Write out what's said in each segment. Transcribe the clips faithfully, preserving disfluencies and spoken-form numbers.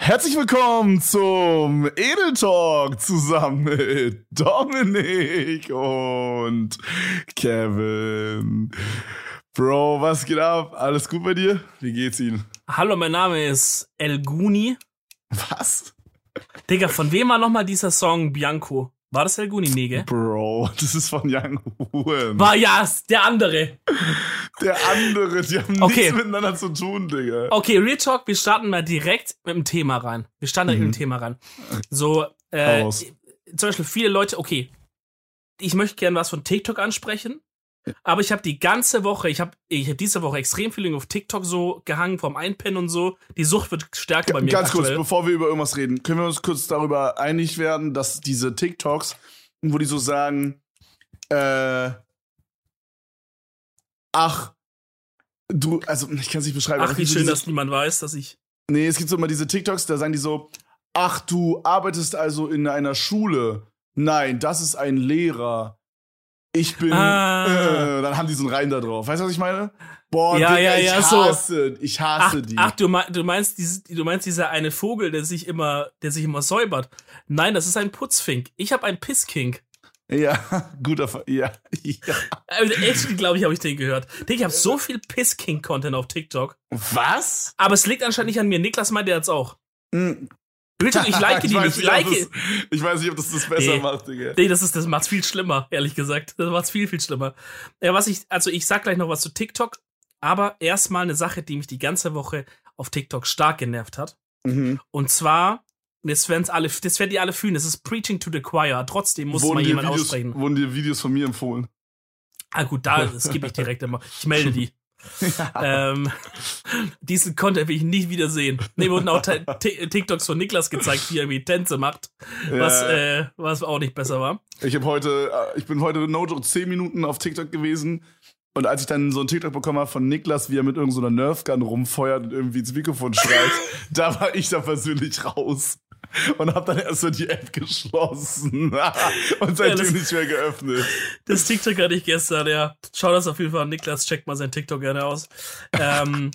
Herzlich willkommen zum Edel Talk zusammen mit Dominik und Kevin. Bro, was geht ab? Alles gut bei dir? Wie geht's Ihnen? Hallo, mein Name ist El Guni. Was? Digga, von wem war nochmal dieser Song Bianco? War das El Guni? Nee, gell? Bro, das ist von Young Huren. War ja, der andere. Der andere, die haben Okay. nichts miteinander zu tun, Digga. Okay, Real Talk, wir starten mal direkt mit dem Thema rein. Wir starten direkt Mhm. mit dem Thema rein. So, äh, Hau raus. zum Beispiel viele Leute, okay, ich möchte gerne was von TikTok ansprechen, aber ich habe die ganze Woche, ich habe ich hab diese Woche extrem viel auf TikTok so gehangen, vom Einpennen und so. Die Sucht wird stärker bei mir Ganz kurz, aktuell. bevor wir über irgendwas reden, können wir uns kurz darüber einig werden, dass diese TikToks, wo die so sagen, äh, ach, du, also ich kann es nicht beschreiben. aber Ach, es wie gibt so schön, diese, dass niemand weiß, dass ich... Nee, es gibt so immer diese TikToks, da sagen die so, ach, du arbeitest also in einer Schule. Nein, das ist ein Lehrer. Ich bin, Ah. äh, dann haben die so einen Reim da drauf. Weißt du, was ich meine? Boah, Ja, Digga, ja, ich ja, so. hasse, ich hasse Ach, die. ach du, mei- du meinst dieses, du meinst dieser eine Vogel, der sich immer, der sich immer säubert. Nein, das ist ein Putzfink. Ich habe einen Pisskink. Ja, guter Fall. Ja, ja. Also echt, glaube ich, habe ich den gehört. Digga, ich habe so viel Pisskink-Content auf TikTok. Was? Aber es liegt anscheinend nicht an mir. Niklas meint, der hat's auch. Hm. Bitte, ich like die weiß nicht. Ich like. ob das, ich weiß nicht, ob das das besser Nee. macht, Digga. Nee, das ist, das macht's viel schlimmer, ehrlich gesagt. Das macht's viel, viel schlimmer. Ja, was ich, also ich sag gleich noch was zu TikTok, aber erstmal eine Sache, die mich die ganze Woche auf TikTok stark genervt hat. Mhm. Und zwar, das werden's alle, das werden die alle fühlen, das ist Preaching to the Choir. Trotzdem muss Wurden mal dir jemand Videos, aussprechen. wurden dir Videos von mir empfohlen? Ah gut, da skippe ich direkt immer. Ich melde die. ähm, diesen Content will ich nicht wieder sehen. Nee, wurden auch T- T- TikToks von Niklas gezeigt, wie er irgendwie Tänze macht, was, Ja. äh, was auch nicht besser war. Ich habe heute, äh, ich bin heute no joke zehn Minuten auf TikTok gewesen. Und als ich dann so ein TikTok bekommen habe von Niklas, wie er mit irgendeiner so Nerfgun rumfeuert und irgendwie ins Mikrofon schreit, da war ich dann persönlich raus. Und hab dann erst so die App geschlossen. Und seitdem Ja, das- nicht mehr geöffnet. Das TikTok hatte ich gestern, ja. Schau das auf jeden Fall an. Niklas, checkt mal sein TikTok gerne aus. Ähm,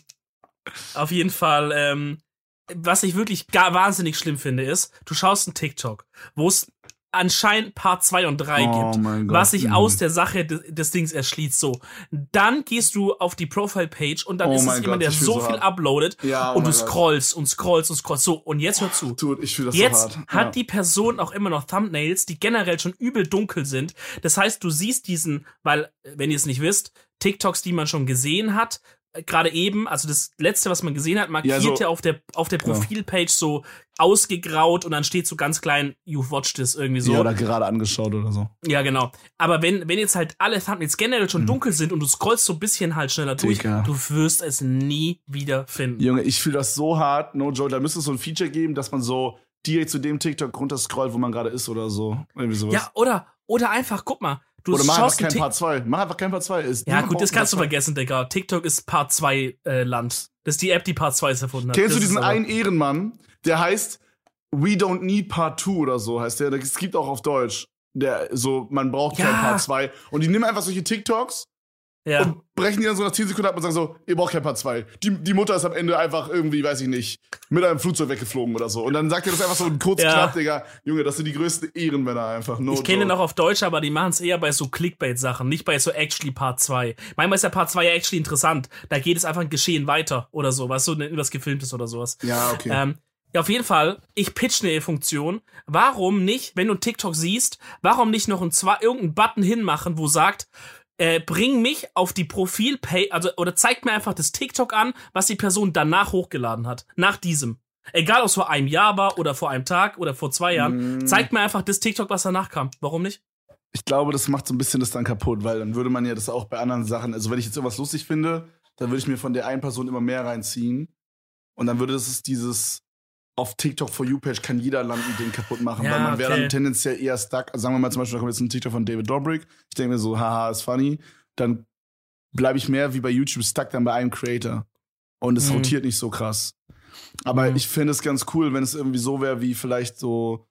auf jeden Fall, ähm, was ich wirklich gar wahnsinnig schlimm finde, ist, du schaust ein TikTok, wo es anscheinend Part zwei und drei Oh gibt, mein Gott. was sich Mhm. aus der Sache des, des Dings erschließt. So, dann gehst du auf die Profile-Page und dann Oh ist es mein jemand, Gott, der ich fühl so so viel hart. uploadet Ja, oh und du mein Gott. scrollst und scrollst und scrollst. So, und jetzt hör zu. Dude, ich fühle das Jetzt so hart. hat Ja. die Person auch immer noch Thumbnails, die generell schon übel dunkel sind. Das heißt, du siehst diesen, weil, wenn ihr es nicht wisst, TikToks, die man schon gesehen hat, äh, gerade eben, also das letzte, was man gesehen hat, markiert Ja, ja, so- auf der auf der Genau. Profilpage so ausgegraut und dann steht so ganz klein, you've watched this irgendwie so. Ja, Ja, oder gerade angeschaut oder so. genau. Aber wenn wenn jetzt halt alle Thumbnails generell schon dunkel sind und du scrollst so ein bisschen halt schneller durch, Digga. du wirst es nie wieder finden. Junge, ich fühle das so hart. No joke, da müsste es so ein Feature geben, dass man so direkt zu dem TikTok runterscrollt, wo man gerade ist oder so. Irgendwie sowas. Ja, oder oder einfach, guck mal, du oder mach einfach schaust ein kein Tik- Part zwei. Mach einfach kein Part zwei. Ist Ja, niemand gut, das braucht kannst du Part zwei. vergessen, Digga. TikTok ist Part zwei äh, Land. Das ist die App, die Part zwei erfunden hat. Kennst das du diesen ist aber- einen Ehrenmann, der heißt We Don't Need Part zwei oder so heißt der. Es gibt auch auf Deutsch. Der so, man braucht Ja. kein Part zwei. Und die nehmen einfach solche TikToks Ja. und brechen die dann so nach zehn Sekunden ab und sagen so, ihr braucht kein Part zwei. Die, die Mutter ist am Ende einfach irgendwie, weiß ich nicht, mit einem Flugzeug weggeflogen oder so. Und dann sagt er das einfach so kurz Ja. knapp, Digga. Junge, das sind die größten Ehrenmänner einfach. No Ich kenne den joke. auch auf Deutsch, aber die machen es eher bei so Clickbait-Sachen, nicht bei so actually Part zwei. Manchmal ist der Part zwei ja actually interessant. Da geht es einfach ein Geschehen weiter oder so, was so was gefilmt ist oder sowas. Ja, okay. Ähm, ja, auf jeden Fall, ich pitch eine Funktion. Warum nicht, wenn du TikTok siehst, warum nicht noch ein zwei, irgendeinen Button hinmachen, wo sagt, äh, bring mich auf die Profilpage, also, oder zeig mir einfach das TikTok an, was die Person danach hochgeladen hat. Nach diesem. Egal, ob es vor einem Jahr war oder vor einem Tag oder vor zwei Jahren. Mm. Zeig mir einfach das TikTok, was danach kam. Warum nicht? Ich glaube, das macht so ein bisschen das dann kaputt, weil dann würde man ja das auch bei anderen Sachen, also wenn ich jetzt irgendwas lustig finde, dann würde ich mir von der einen Person immer mehr reinziehen und dann würde es dieses auf TikTok For You-Page kann jeder landen, den kaputt machen, Ja, weil man wäre okay. dann tendenziell eher stuck. Also sagen wir mal zum Beispiel, da kommt jetzt ein TikTok von David Dobrik, ich denke mir so, haha, ist funny, dann bleibe ich mehr wie bei YouTube stuck dann bei einem Creator und es Mhm. rotiert nicht so krass. Aber Mhm. ich finde es ganz cool, wenn es irgendwie so wäre wie vielleicht so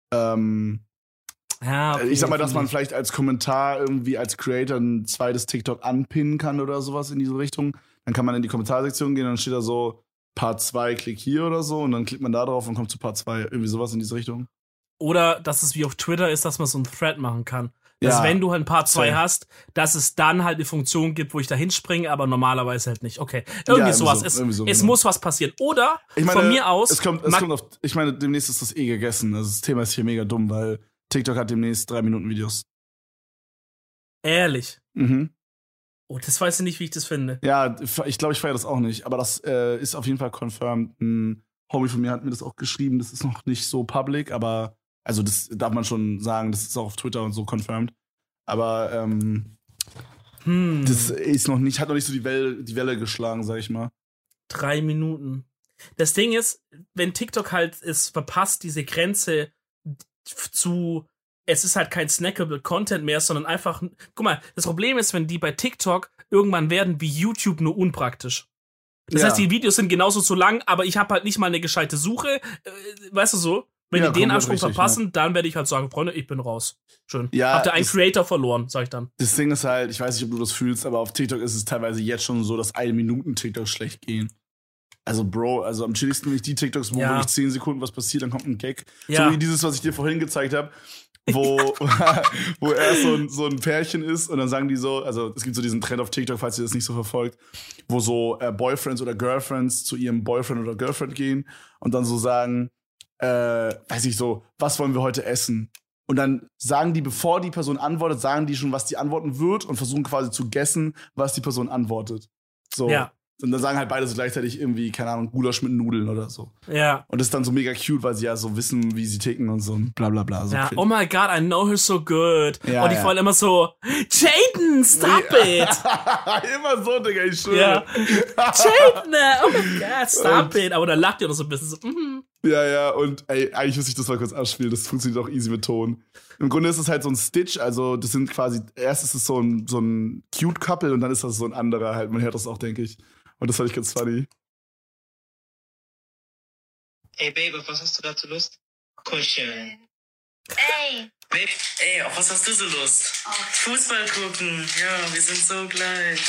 ähm, Ja, okay, ich sag mal, dass man finde vielleicht als Kommentar irgendwie als Creator ein zweites TikTok anpinnen kann oder sowas in diese Richtung. Dann kann man in die Kommentarsektion gehen und dann steht da so, Part zwei, klick hier oder so und dann klickt man da drauf und kommt zu Part zwei. Irgendwie sowas in diese Richtung. Oder, dass es wie auf Twitter ist, dass man so einen Thread machen kann. Dass Ja, wenn du halt ein Part zwei safe. hast, dass es dann halt eine Funktion gibt, wo ich da hinspringe, aber normalerweise halt nicht. Okay, irgendwie irgendwie sowas. so, es irgendwie so, es genau. muss was passieren. Oder Ich meine, von mir aus, Es kommt, es mag- kommt auf, ich meine, demnächst ist das eh gegessen. Also das Thema ist hier mega dumm, weil TikTok hat demnächst drei Minuten Videos. ehrlich. Mhm. Oh, das weiß ich nicht, wie ich das finde. Ja, ich glaube, ich feiere das auch nicht. Aber das äh, ist auf jeden Fall confirmed. Ein Homie von mir hat mir das auch geschrieben. Das ist noch nicht so public, aber also das darf man schon sagen. Das ist auch auf Twitter und so confirmed. Aber ähm, Hm, das ist noch nicht, hat noch nicht so die Welle, die Welle geschlagen, sag ich mal. drei Minuten. Das Ding ist, wenn TikTok halt es verpasst, diese Grenze zu, es ist halt kein snackable Content mehr, sondern einfach, guck mal, das Problem ist, wenn die bei TikTok irgendwann werden wie YouTube nur unpraktisch. Das Ja. heißt, die Videos sind genauso so lang, aber ich habe halt nicht mal eine gescheite Suche, äh, weißt du so? Wenn Ja, die den komplett Anspruch richtig, verpassen, dann werde ich halt sagen, Freunde, ich bin raus. Schön. Ja, Habt ihr einen das- Creator verloren, sag ich dann. Das Ding ist halt, ich weiß nicht, ob du das fühlst, aber auf TikTok ist es teilweise jetzt schon so, dass eine Minuten TikToks schlecht gehen. Also, Bro, also am chilligsten finde ich die TikToks, wo Ja. wirklich zehn Sekunden was passiert, dann kommt ein Gag. Ja. So wie dieses, was ich dir vorhin gezeigt habe, wo, wo erst so ein, so ein Pärchen ist und dann sagen die so, also es gibt so diesen Trend auf TikTok, falls ihr das nicht so verfolgt, wo so äh, Boyfriends oder Girlfriends zu ihrem Boyfriend oder Girlfriend gehen und dann so sagen, äh, weiß ich so, was wollen wir heute essen? Und dann sagen die, bevor die Person antwortet, sagen die schon, was die antworten wird und versuchen quasi zu guessen, was die Person antwortet. So. Ja. Und dann sagen halt beide so gleichzeitig irgendwie, keine Ahnung, Gulasch mit Nudeln oder so. Ja. Und das ist dann so mega cute, weil sie ja so wissen, wie sie ticken und so und bla bla bla. So Ja, cringe. oh my god, I know her so good. Ja, und die ja. wollen immer so, Jaden, stop it! Immer so, Digga, ich schwöre. Ja. Jaden, oh my god, stop Und- it. Aber dann lacht ihr noch so ein bisschen so, mhm. Ja, ja, und ey, eigentlich müsste ich das mal kurz abspielen. Das funktioniert auch easy mit Ton. Im Grunde ist es halt so ein Stitch, also das sind quasi, erst ist es so ein, so ein Cute-Couple und dann ist das so ein anderer halt. Man hört das auch, denke ich. Und das fand ich ganz funny. Ey, Babe, auf was hast du dazu Lust? Kuscheln. Ey, Babe, ey, auf was hast du so Lust? Fußball gucken. Ja, wir sind so gleich.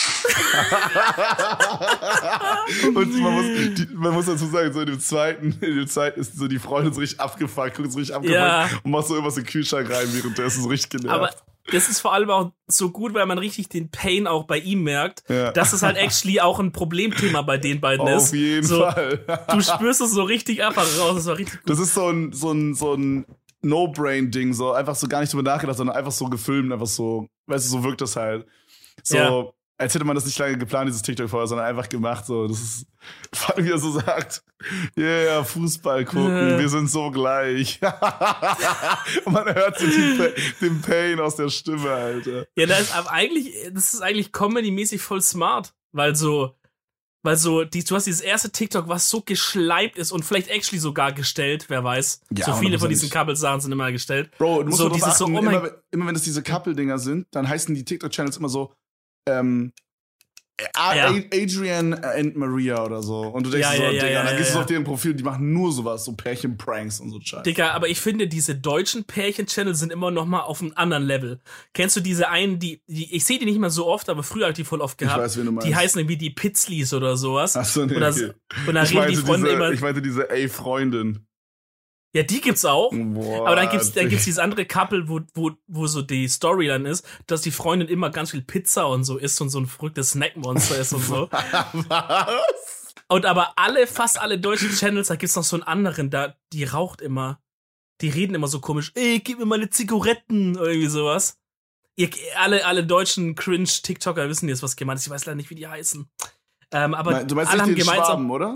Und man muss, die, man muss dazu sagen, so in dem zweiten, in dem zweiten ist so die Freundin so richtig abgefuckt, guckt so richtig abgefuckt Ja. und macht so irgendwas in den Kühlschrank rein, während der ist so richtig genervt. Aber das ist vor allem auch so gut, weil man richtig den Pain auch bei ihm merkt, Ja. dass es halt actually auch ein Problemthema bei den beiden ist. Auf jeden so, Fall. Du spürst es so richtig einfach raus, das war richtig gut. Das ist so ein, so ein, so ein No-Brain-Ding, so einfach so gar nicht drüber nachgedacht, sondern einfach so gefilmt, einfach so, weißt du, so wirkt das halt. So, Ja. als hätte man das nicht lange geplant, dieses TikTok vorher, sondern einfach gemacht, so. Das ist, vor allem, wie er so sagt, yeah, Fußball gucken, Ja. wir sind so gleich. Und man hört so die, Pa- den Pain aus der Stimme, Alter. Ja, das ist aber eigentlich, das ist eigentlich comedy-mäßig voll smart, weil so, weil so, die, du hast dieses erste TikTok, was so geschleimt ist und vielleicht actually sogar gestellt, wer weiß. Ja, so viele von diesen hundertprozentig. Couple-Sachen sind immer gestellt. Bro, du musst So so drauf dieses so, achten, oh mein- immer, immer wenn es diese Couple-Dinger sind, dann heißen die TikTok-Channels immer so, ähm, A- Ja. Adrian and Maria oder so. Und du denkst Ja, so, ja, ja, Digga, ja, dann ja, gehst du ja. auf deren Profil, die machen nur sowas, so Pärchen-Pranks und so Scheiß. Digga, aber ich finde, diese deutschen Pärchen-Channel sind immer noch mal auf einem anderen Level. Kennst du diese einen, die, die ich sehe die nicht mehr so oft, aber früher habe ich die voll oft gehabt. weiß, wen du meinst. Die heißen irgendwie die Pitzlis oder sowas. Ach so, nee, oder, okay. und dann Ich reden meinte, die Freunde diese, immer. ich meinte diese Ey-Freundin. Ja, die gibt's auch. Boah, Aber dann gibt's, dann gibt's dieses andere Couple, wo, wo, wo so die Story dann ist, dass die Freundin immer ganz viel Pizza und so isst und so ein verrücktes Snackmonster ist und so. Was? Und aber alle, fast alle deutschen Channels, da gibt's noch so einen anderen, da, die raucht immer. Die reden immer so komisch, ey, gib mir meine Zigaretten, oder irgendwie sowas. Ihr, alle, alle deutschen Cringe-TikToker wissen jetzt, was gemeint ist. Ich weiß leider nicht, wie die heißen. Ähm, aber Du meinst alle nicht haben den gemeinsam. Schwaben, oder?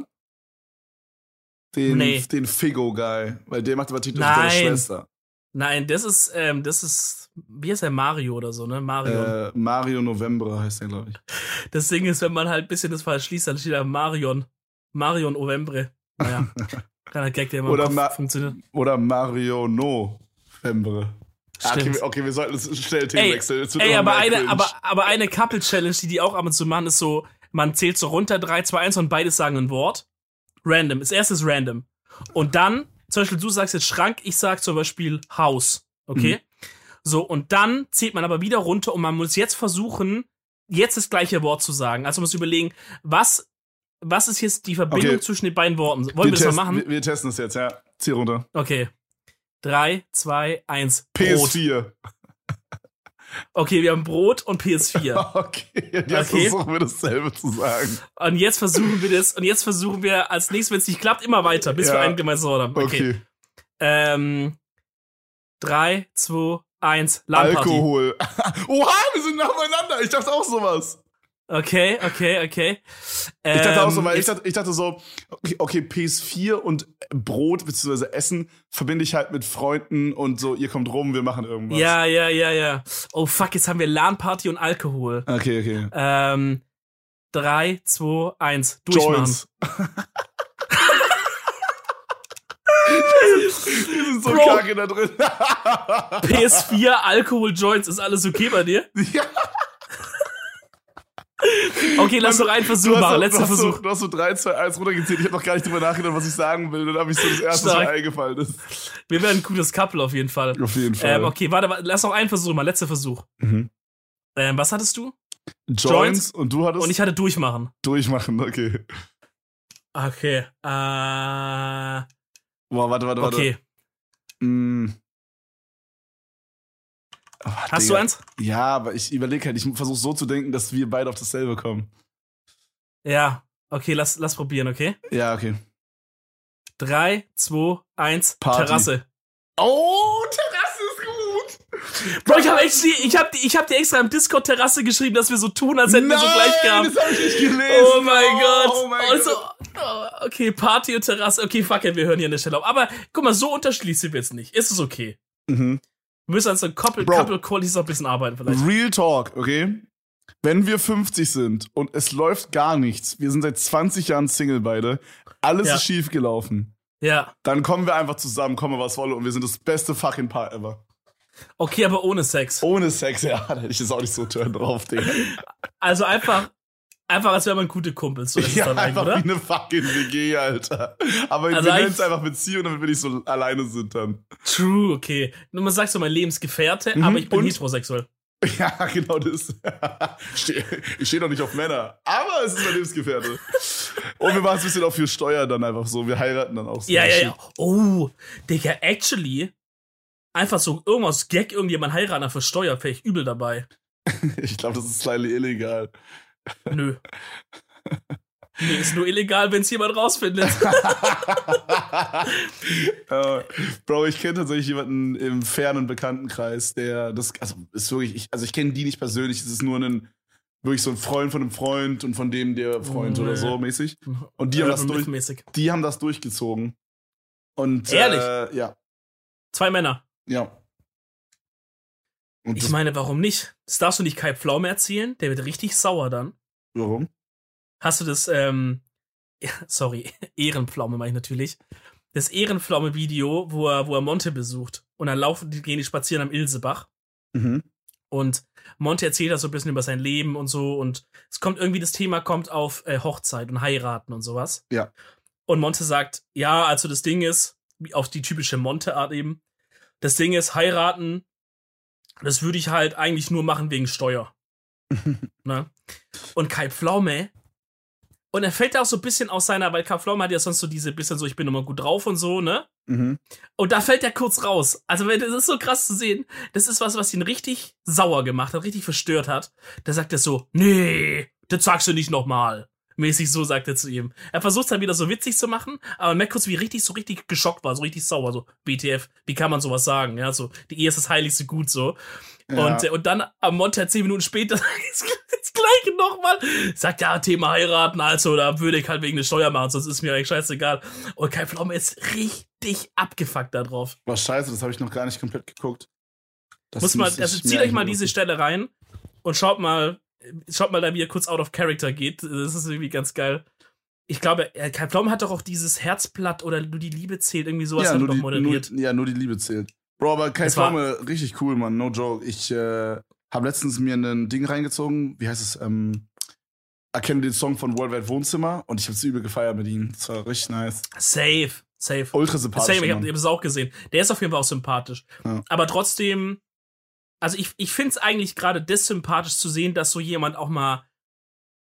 Den, Nee. den Figo-Guy. Weil der macht aber TikTok mit seiner Nein. Schwester. Nein, das ist, ähm, das ist, wie heißt der, Mario oder so, ne? Mario. Äh, Mario November heißt der, glaube ich. Das Ding ist, wenn man halt ein bisschen das verschließt, dann steht da Marion. Marion Ovembre. Naja, kleiner Gag, der immer Oder im Kopf Ma- funktioniert. Oder Mario November. Ah, okay, Stimmt. wir- okay, wir sollten das schnell Ey, Themenwechseln. Es wird ey immer aber, mehr eine, cringe. aber, aber eine Couple-Challenge, die die auch ab und zu machen, ist so, man zählt so runter, drei, zwei, eins und beides sagen ein Wort. Random. Das erste ist random. Und dann, zum Beispiel, du sagst jetzt Schrank, ich sag zum Beispiel Haus. Okay? So, und dann zählt man aber wieder runter und man muss jetzt versuchen, jetzt das gleiche Wort zu sagen. Also man muss überlegen, was was ist jetzt die Verbindung Okay. zwischen den beiden Worten? Wollen wir wir das mal testen, machen? Wir, wir testen das jetzt, ja. Zieh runter. Okay. drei, zwei, eins. P S Brot. vier. Okay, wir haben Brot und P S vier. Okay, jetzt Okay. versuchen wir dasselbe zu sagen. Und jetzt versuchen wir das, und jetzt versuchen wir als nächstes, wenn es nicht klappt, immer weiter, bis Ja. wir einen gemeinsamen Wort haben. Okay. Okay. Ähm, drei, zwei, eins. LAN-Party. Alkohol. Oha, wir sind nacheinander. Ich dachte auch sowas. Okay, okay, okay. Ich dachte auch so, Ähm, weil ich jetzt- dachte, ich dachte so, okay, okay, P S vier und Brot bzw. Essen verbinde ich halt mit Freunden und so, ihr kommt rum, wir machen irgendwas. Ja, ja, ja, ja. Oh fuck, jetzt haben wir LAN-Party und Alkohol. Okay, okay. Ähm, drei, zwei, eins. Durchmachen. Joints. Wir sind so Bro. kacke da drin. P S vier, Alkohol, Joints, ist alles okay bei dir? Ja. Okay, lass doch einen Versuch Du hast machen. so- Letzter du hast Versuch. So, du hast so drei, zwei, eins runtergezählt. Ich habe noch gar nicht drüber nachgedacht, was ich sagen will. Dann habe ich so das erste, was Stark. mir eingefallen ist. Wir werden ein cooles Couple auf jeden Fall. Auf jeden Fall. Ähm, okay, warte, warte, lass noch einen Versuch mal. Letzter Versuch. Mhm. Ähm, was hattest du? Joints, Joints. und du hattest Und ich hatte durchmachen. durchmachen, okay. Okay. Äh, Boah, warte, warte, warte. okay. Mm. Oh, Hast Digga. du eins? Ja, aber ich überlege halt, ich versuche so zu denken, dass wir beide auf dasselbe kommen. Ja. Okay, lass, lass probieren, okay? Ja, okay. Drei, zwei, eins. Party. Terrasse. Oh, Terrasse ist gut. Bro, ich hab echt, ich hab, ich hab dir extra im Discord Terrasse geschrieben, dass wir so tun, als hätten wir so gleich gehabt. das hab ich nicht gelesen. Oh mein Gott. Oh mein Also, Gott. oh, okay, Party und Terrasse. Okay, fuck it, wir hören hier an der Stelle auf. Aber guck mal, so unterschiedlich sind wir jetzt nicht. Ist es okay? Mhm. Wir müssen an so Couple, Bro. Couple Qualities noch ein bisschen arbeiten vielleicht. Real Talk, okay? Wenn wir fünfzig sind und es läuft gar nichts, wir sind seit zwanzig Jahren Single beide, alles Ja. ist schief gelaufen, Ja. dann kommen wir einfach zusammen, komme was wolle und wir sind das beste fucking Paar ever. Okay, aber ohne Sex. Ohne Sex, ja, da hätte ich jetzt auch nicht so turn drauf, Digga. Also einfach, einfach als wäre man gute Kumpels. So ist Ja, es dann eigentlich, einfach oder? wie eine fucking W G, Alter. Aber Also wir nennen eigentlich- es einfach Beziehung, damit wir nicht so alleine sind dann. True, okay. Nur man sagt so, mein Lebensgefährte, Mhm, aber ich bin und? heterosexuell. Ja, genau das. Ich stehe ich steh doch nicht auf Männer, aber es ist mein Lebensgefährte. Und wir machen es ein bisschen auch für Steuer dann einfach so. Wir heiraten dann auch so. Ja, ja, ja. Oh, Digga, actually, einfach so irgendwas Gag, irgendjemand heiraten für Steuer, wäre ich übel dabei. Ich glaube, das ist slightly illegal. Nö. Nee, ist nur illegal, wenn es jemand rausfindet. äh, Bro, ich kenne tatsächlich jemanden im fernen Bekanntenkreis, der das, also ist wirklich, ich, also ich kenne die nicht persönlich, es ist nur ein, wirklich so ein Freund von einem Freund und von dem der Freund Oh, oder ja. so mäßig. Und die haben das durch, Mäßig. die haben das durchgezogen. Und Ehrlich? Äh, ja, Zwei Männer. ja. Und Ich das, meine, warum nicht? Das darfst du nicht Kai Pflaume erzählen, der wird richtig sauer dann. warum? Hast du das, ähm, ja, sorry, Ehrenpflaume meine ich natürlich. Das Ehrenpflaume-Video, wo er, wo er Monte besucht. Und dann laufen die, gehen die spazieren am Ilsebach. Mhm. Und Monte erzählt da so ein bisschen über sein Leben und so. Und es kommt irgendwie, das Thema kommt auf äh, Hochzeit und Heiraten und sowas. Ja. Und Monte sagt, ja, also das Ding ist, wie auf die typische Monte-Art eben, das Ding ist, heiraten, das würde ich halt eigentlich nur machen wegen Steuer. Ne? Und Kai Pflaume, und er fällt da auch so ein bisschen aus seiner, weil Kai Pflaume hat ja sonst so diese bisschen so, ich bin immer gut drauf und so, ne? Mhm. Und da fällt er kurz raus. Also, wenn- das ist so krass zu sehen. Das ist was, was ihn richtig sauer gemacht hat, richtig verstört hat. Da sagt er so, nee, das sagst du nicht nochmal. Mäßig so sagt er zu ihm. Er versucht es dann wieder so witzig zu machen, aber man merkt kurz, wie richtig, so richtig geschockt war, so richtig sauer, so, B T F, wie kann man sowas sagen, ja, so, die Ehe ist das heiligste Gut, so. Ja. Und, äh, und dann am Montag, zehn Minuten später, das, das Gleiche nochmal, sagt, ja, Thema heiraten, also, da würde ich halt wegen der Steuer machen, sonst ist mir eigentlich scheißegal. Und Kai Pflaume ist richtig abgefuckt da drauf. Was scheiße, das habe ich noch gar nicht komplett geguckt. Das Muss mal, müsste also ich zieht mir euch mal eigentlich diese Stelle rein und schaut mal, schaut mal da, wie er kurz out of character geht. Das ist irgendwie ganz geil. Ich glaube, äh, Kai Pflaume hat doch auch dieses Herzblatt oder nur die Liebe zählt, irgendwie sowas ja, hat er nur doch die, moderiert. nur, ja, nur die Liebe zählt. Bro, aber Kai Das war- Pflaume, richtig cool, Mann, no joke. Ich äh, habe letztens mir ein Ding reingezogen, wie heißt es, ähm, erkenne den Song von Worldwide Wohnzimmer und ich hab's übel gefeiert mit ihm. Das war richtig nice. Safe, safe. Ultra sympathisch. Same, ich habe Mann. hab es auch gesehen. Der ist auf jeden Fall auch sympathisch. Ja. Aber trotzdem, also ich, ich finde es eigentlich gerade das sympathisch zu sehen, dass so jemand auch mal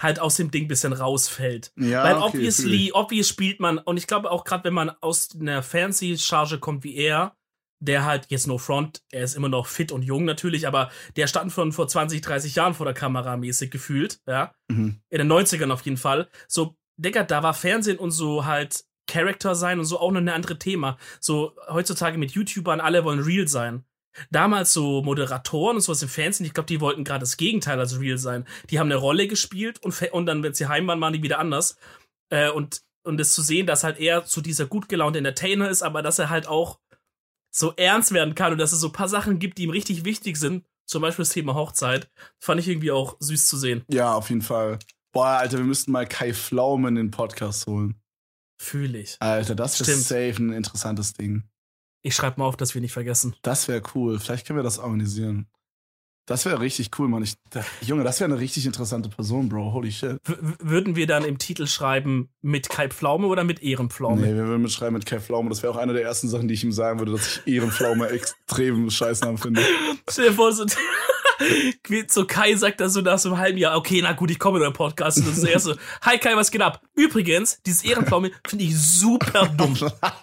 halt aus dem Ding ein bisschen rausfällt. Ja, Weil okay, obviously, obvious spielt man, und ich glaube auch gerade, wenn man aus einer Fernsehcharge kommt wie er, der halt, jetzt no front, er ist immer noch fit und jung natürlich, aber der stand von vor zwanzig, dreißig Jahren vor der Kamera mäßig gefühlt, ja. Mhm. In den neunzigern auf jeden Fall. So, Digga, da war Fernsehen und so halt Character sein und so auch noch ein anderes Thema. So, heutzutage mit YouTubern, alle wollen real sein. Damals so Moderatoren und sowas im Fernsehen, ich glaube, die wollten gerade das Gegenteil als real sein. Die haben eine Rolle gespielt und, und dann, wenn sie heim waren, waren die wieder anders. Äh, und, und das zu sehen, dass halt er so dieser gut gelaunte Entertainer ist, aber dass er halt auch so ernst werden kann und dass es so ein paar Sachen gibt, die ihm richtig wichtig sind, zum Beispiel das Thema Hochzeit, fand ich irgendwie auch süß zu sehen. Ja, auf jeden Fall. Boah, Alter, wir müssten mal Kai Pflaume in den Podcast holen. Fühl ich. Alter, das ist Stimmt. safe ein interessantes Ding. Ich schreibe mal auf, dass wir nicht vergessen. Das wäre cool. Vielleicht können wir das organisieren. Das wäre richtig cool, Mann. Ich, da, Junge, das wäre eine richtig interessante Person, Bro. Holy shit. W würden wir dann im Titel schreiben mit Kai Pflaume oder mit Ehrenpflaume? Nee, wir würden mitschreiben mit Kai Pflaume. Das wäre auch eine der ersten Sachen, die ich ihm sagen würde, dass ich Ehrenpflaume extrem Scheißnamen finde. Stell dir vor, so, so Kai sagt dann so nach so einem halben Jahr, okay, na gut, ich komme in den Podcast. Und das ist erst so, hi Kai, was geht ab? Übrigens, dieses Ehrenpflaume finde ich super dumm.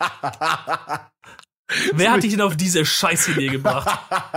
Wer hat dich denn auf diese Scheißidee gebracht?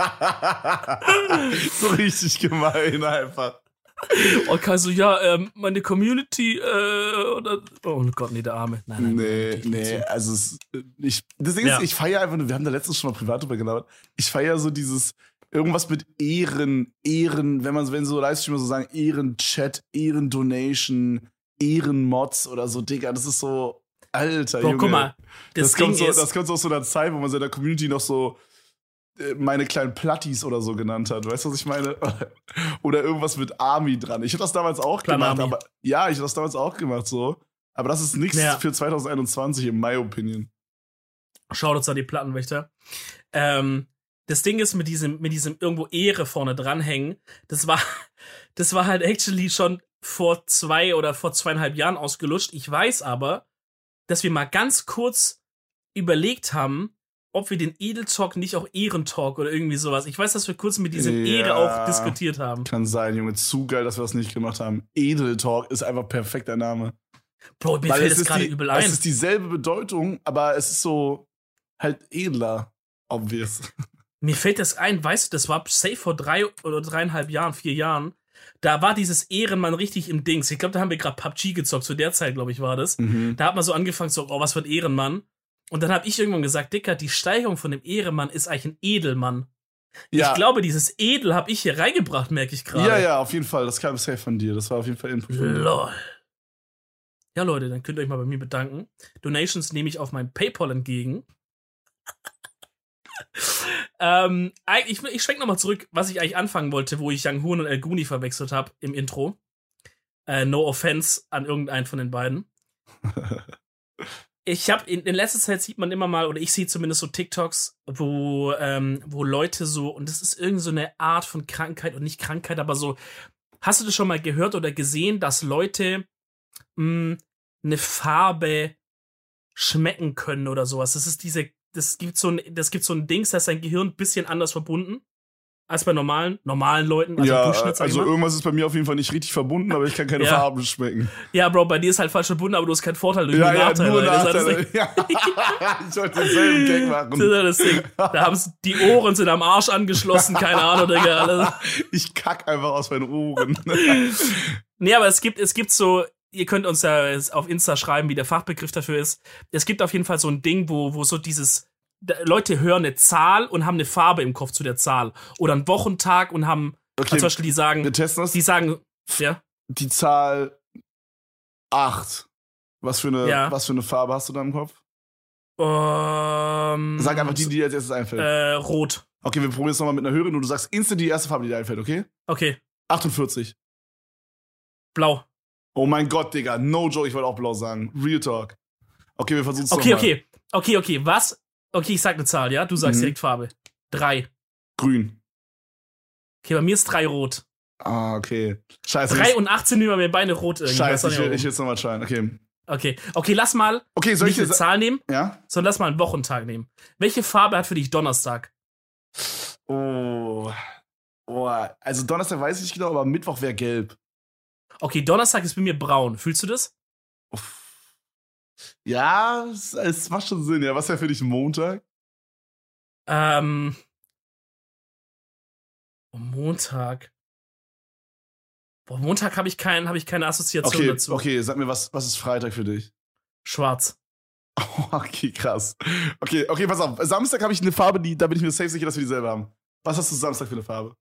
So richtig gemein einfach. Und Kai so, ja, ähm, meine Community, äh, oder, oh Gott, nee, der Arme. Nein, nein, Nee, nein, nee, also es, ich, das Ding Ja. ist, ich feiere einfach nur, wir haben da letztens schon mal privat drüber gelabert, ich feiere so dieses, irgendwas mit Ehren, Ehren, wenn man, wenn so Livestreamer so sagen, Ehrenchat, Ehrendonation, Ehrenmods oder so, Digga, das ist so, Alter, Bro, Junge. guck mal, das, Das, Ding kommt so, ist, das kommt so aus so einer Zeit, wo man so in der Community noch so äh, meine kleinen Plattis oder so genannt hat. Weißt du, was ich meine? Oder irgendwas mit Army dran. Ich habe das damals auch Kleine gemacht. Army. Aber, ja, ich habe das damals auch gemacht so. Aber das ist nichts Ja. für zwanzig einundzwanzig, in my opinion. Shoutouts an die Plattenwächter. Ähm, das Ding ist, mit diesem, mit diesem irgendwo Ehre vorne dranhängen, das war, das war halt actually schon vor zwei oder vor zweieinhalb Jahren ausgelutscht. Ich weiß aber, dass wir mal ganz kurz überlegt haben, ob wir den Edeltalk nicht auch Ehrentalk oder irgendwie sowas. Ich weiß, dass wir kurz mit diesem Ja. Ehre auch diskutiert haben. Kann sein, Junge. Zu geil, dass wir das nicht gemacht haben. Edeltalk ist einfach perfekter Name. Bro, mir Weil fällt es es ist gerade die- übel Es ein. ist dieselbe Bedeutung, aber es ist so halt edler. Obvious. Mir fällt das ein, weißt du, das war safe vor drei oder dreieinhalb Jahren, vier Jahren. Da war dieses Ehrenmann richtig im Dings. Ich glaube, da haben wir gerade P U B G gezockt. Zu der Zeit, glaube ich, war das. Mhm. Da hat man so angefangen, so, oh, was für ein Ehrenmann. Und dann habe ich irgendwann gesagt, Dicker, die Steigerung von dem Ehrenmann ist eigentlich ein Edelmann. Ja. Ich glaube, dieses Edel habe ich hier reingebracht, merke ich gerade. Ja, ja, auf jeden Fall. Das kam safe von dir. Das war auf jeden Fall Input von dir. Lol. Ja, Leute, dann könnt ihr euch mal bei mir bedanken. Donations nehme ich auf mein PayPal entgegen. ähm, ich ich schwenk nochmal zurück, was ich eigentlich anfangen wollte, wo ich Young Hoon und El Guni verwechselt habe im Intro. Äh, no offense an irgendeinen von den beiden. Ich habe in, in letzter Zeit sieht man immer mal, oder ich sehe zumindest so TikToks, wo, ähm, wo Leute so, und das ist irgend so eine Art von Krankheit, und nicht Krankheit, aber so, hast du das schon mal gehört oder gesehen, dass Leute mh, eine Farbe schmecken können oder sowas? Das ist diese, das gibt so ein, das gibt so ein Dings, da ist dein Gehirn ein bisschen anders verbunden als bei normalen, normalen Leuten, also ja, Durchschnitt, sag ich also mal. irgendwas ist bei mir auf jeden Fall nicht richtig verbunden, aber ich kann keine Ja. Farben schmecken. Ja, Bro, bei dir ist halt falsch verbunden, aber du hast keinen Vorteil durch Ja, die ja, Nachteile. nur Das ist halt das Nachteile. Ding. Ja. Ich wollte denselben Gag Das machen. ist halt das Ding. Da haben die Ohren sind am Arsch angeschlossen, keine Ahnung, Digga. Alles. Ich kack einfach aus meinen Ohren. Nee, aber es gibt, es gibt so, ihr könnt uns ja auf Insta schreiben, wie der Fachbegriff dafür ist. Es gibt auf jeden Fall so ein Ding, wo, wo so dieses, da- Leute hören eine Zahl und haben eine Farbe im Kopf zu der Zahl. Oder einen Wochentag und haben, Okay, also zum Beispiel, die sagen, wir testen das. die sagen, ja, Die Zahl acht. Was für eine, Ja. was für eine Farbe hast du da im Kopf? ähm, Sag einfach die, die dir als erstes einfällt. äh, rot. Okay, wir probieren es nochmal mit einer höheren und du sagst instant die erste Farbe, die dir einfällt, okay? Okay, achtundvierzig. blau. Oh mein Gott, Digga. No joke, ich wollte auch blau sagen. Real Talk. Okay, wir versuchen es Okay, nochmal. okay, okay, okay, was? Okay, ich sag eine Zahl, ja? Du sagst Mhm. direkt Farbe. Drei. Grün. Okay, bei mir ist drei rot. Ah, okay. Scheiße. Drei jetzt- und achtzehn über mir beide rot irgendwie. Scheiße, Weiß ich auch will, nicht ich will jetzt nochmal schauen. Okay. warum. Okay, okay, lass mal Okay, soll ich nicht eine jetzt. Zahl nehmen, Ja? sondern lass mal einen Wochentag nehmen. Welche Farbe hat für dich Donnerstag? Oh. Oh. Also Donnerstag weiß ich nicht genau, aber Mittwoch wäre gelb. Okay, Donnerstag ist bei mir braun. Fühlst du das? Ja, es, es macht schon Sinn. Ja, was wäre für dich ein Montag? Ähm. Montag. Boah, Montag habe ich, kein, hab ich keine Assoziation Okay, dazu. okay, sag mir, was, was ist Freitag für dich? Schwarz. Oh, okay, krass. Okay, okay, pass auf. Samstag habe ich eine Farbe, die, da bin ich mir safe sicher, dass wir dieselbe haben. Was hast du Samstag für eine Farbe?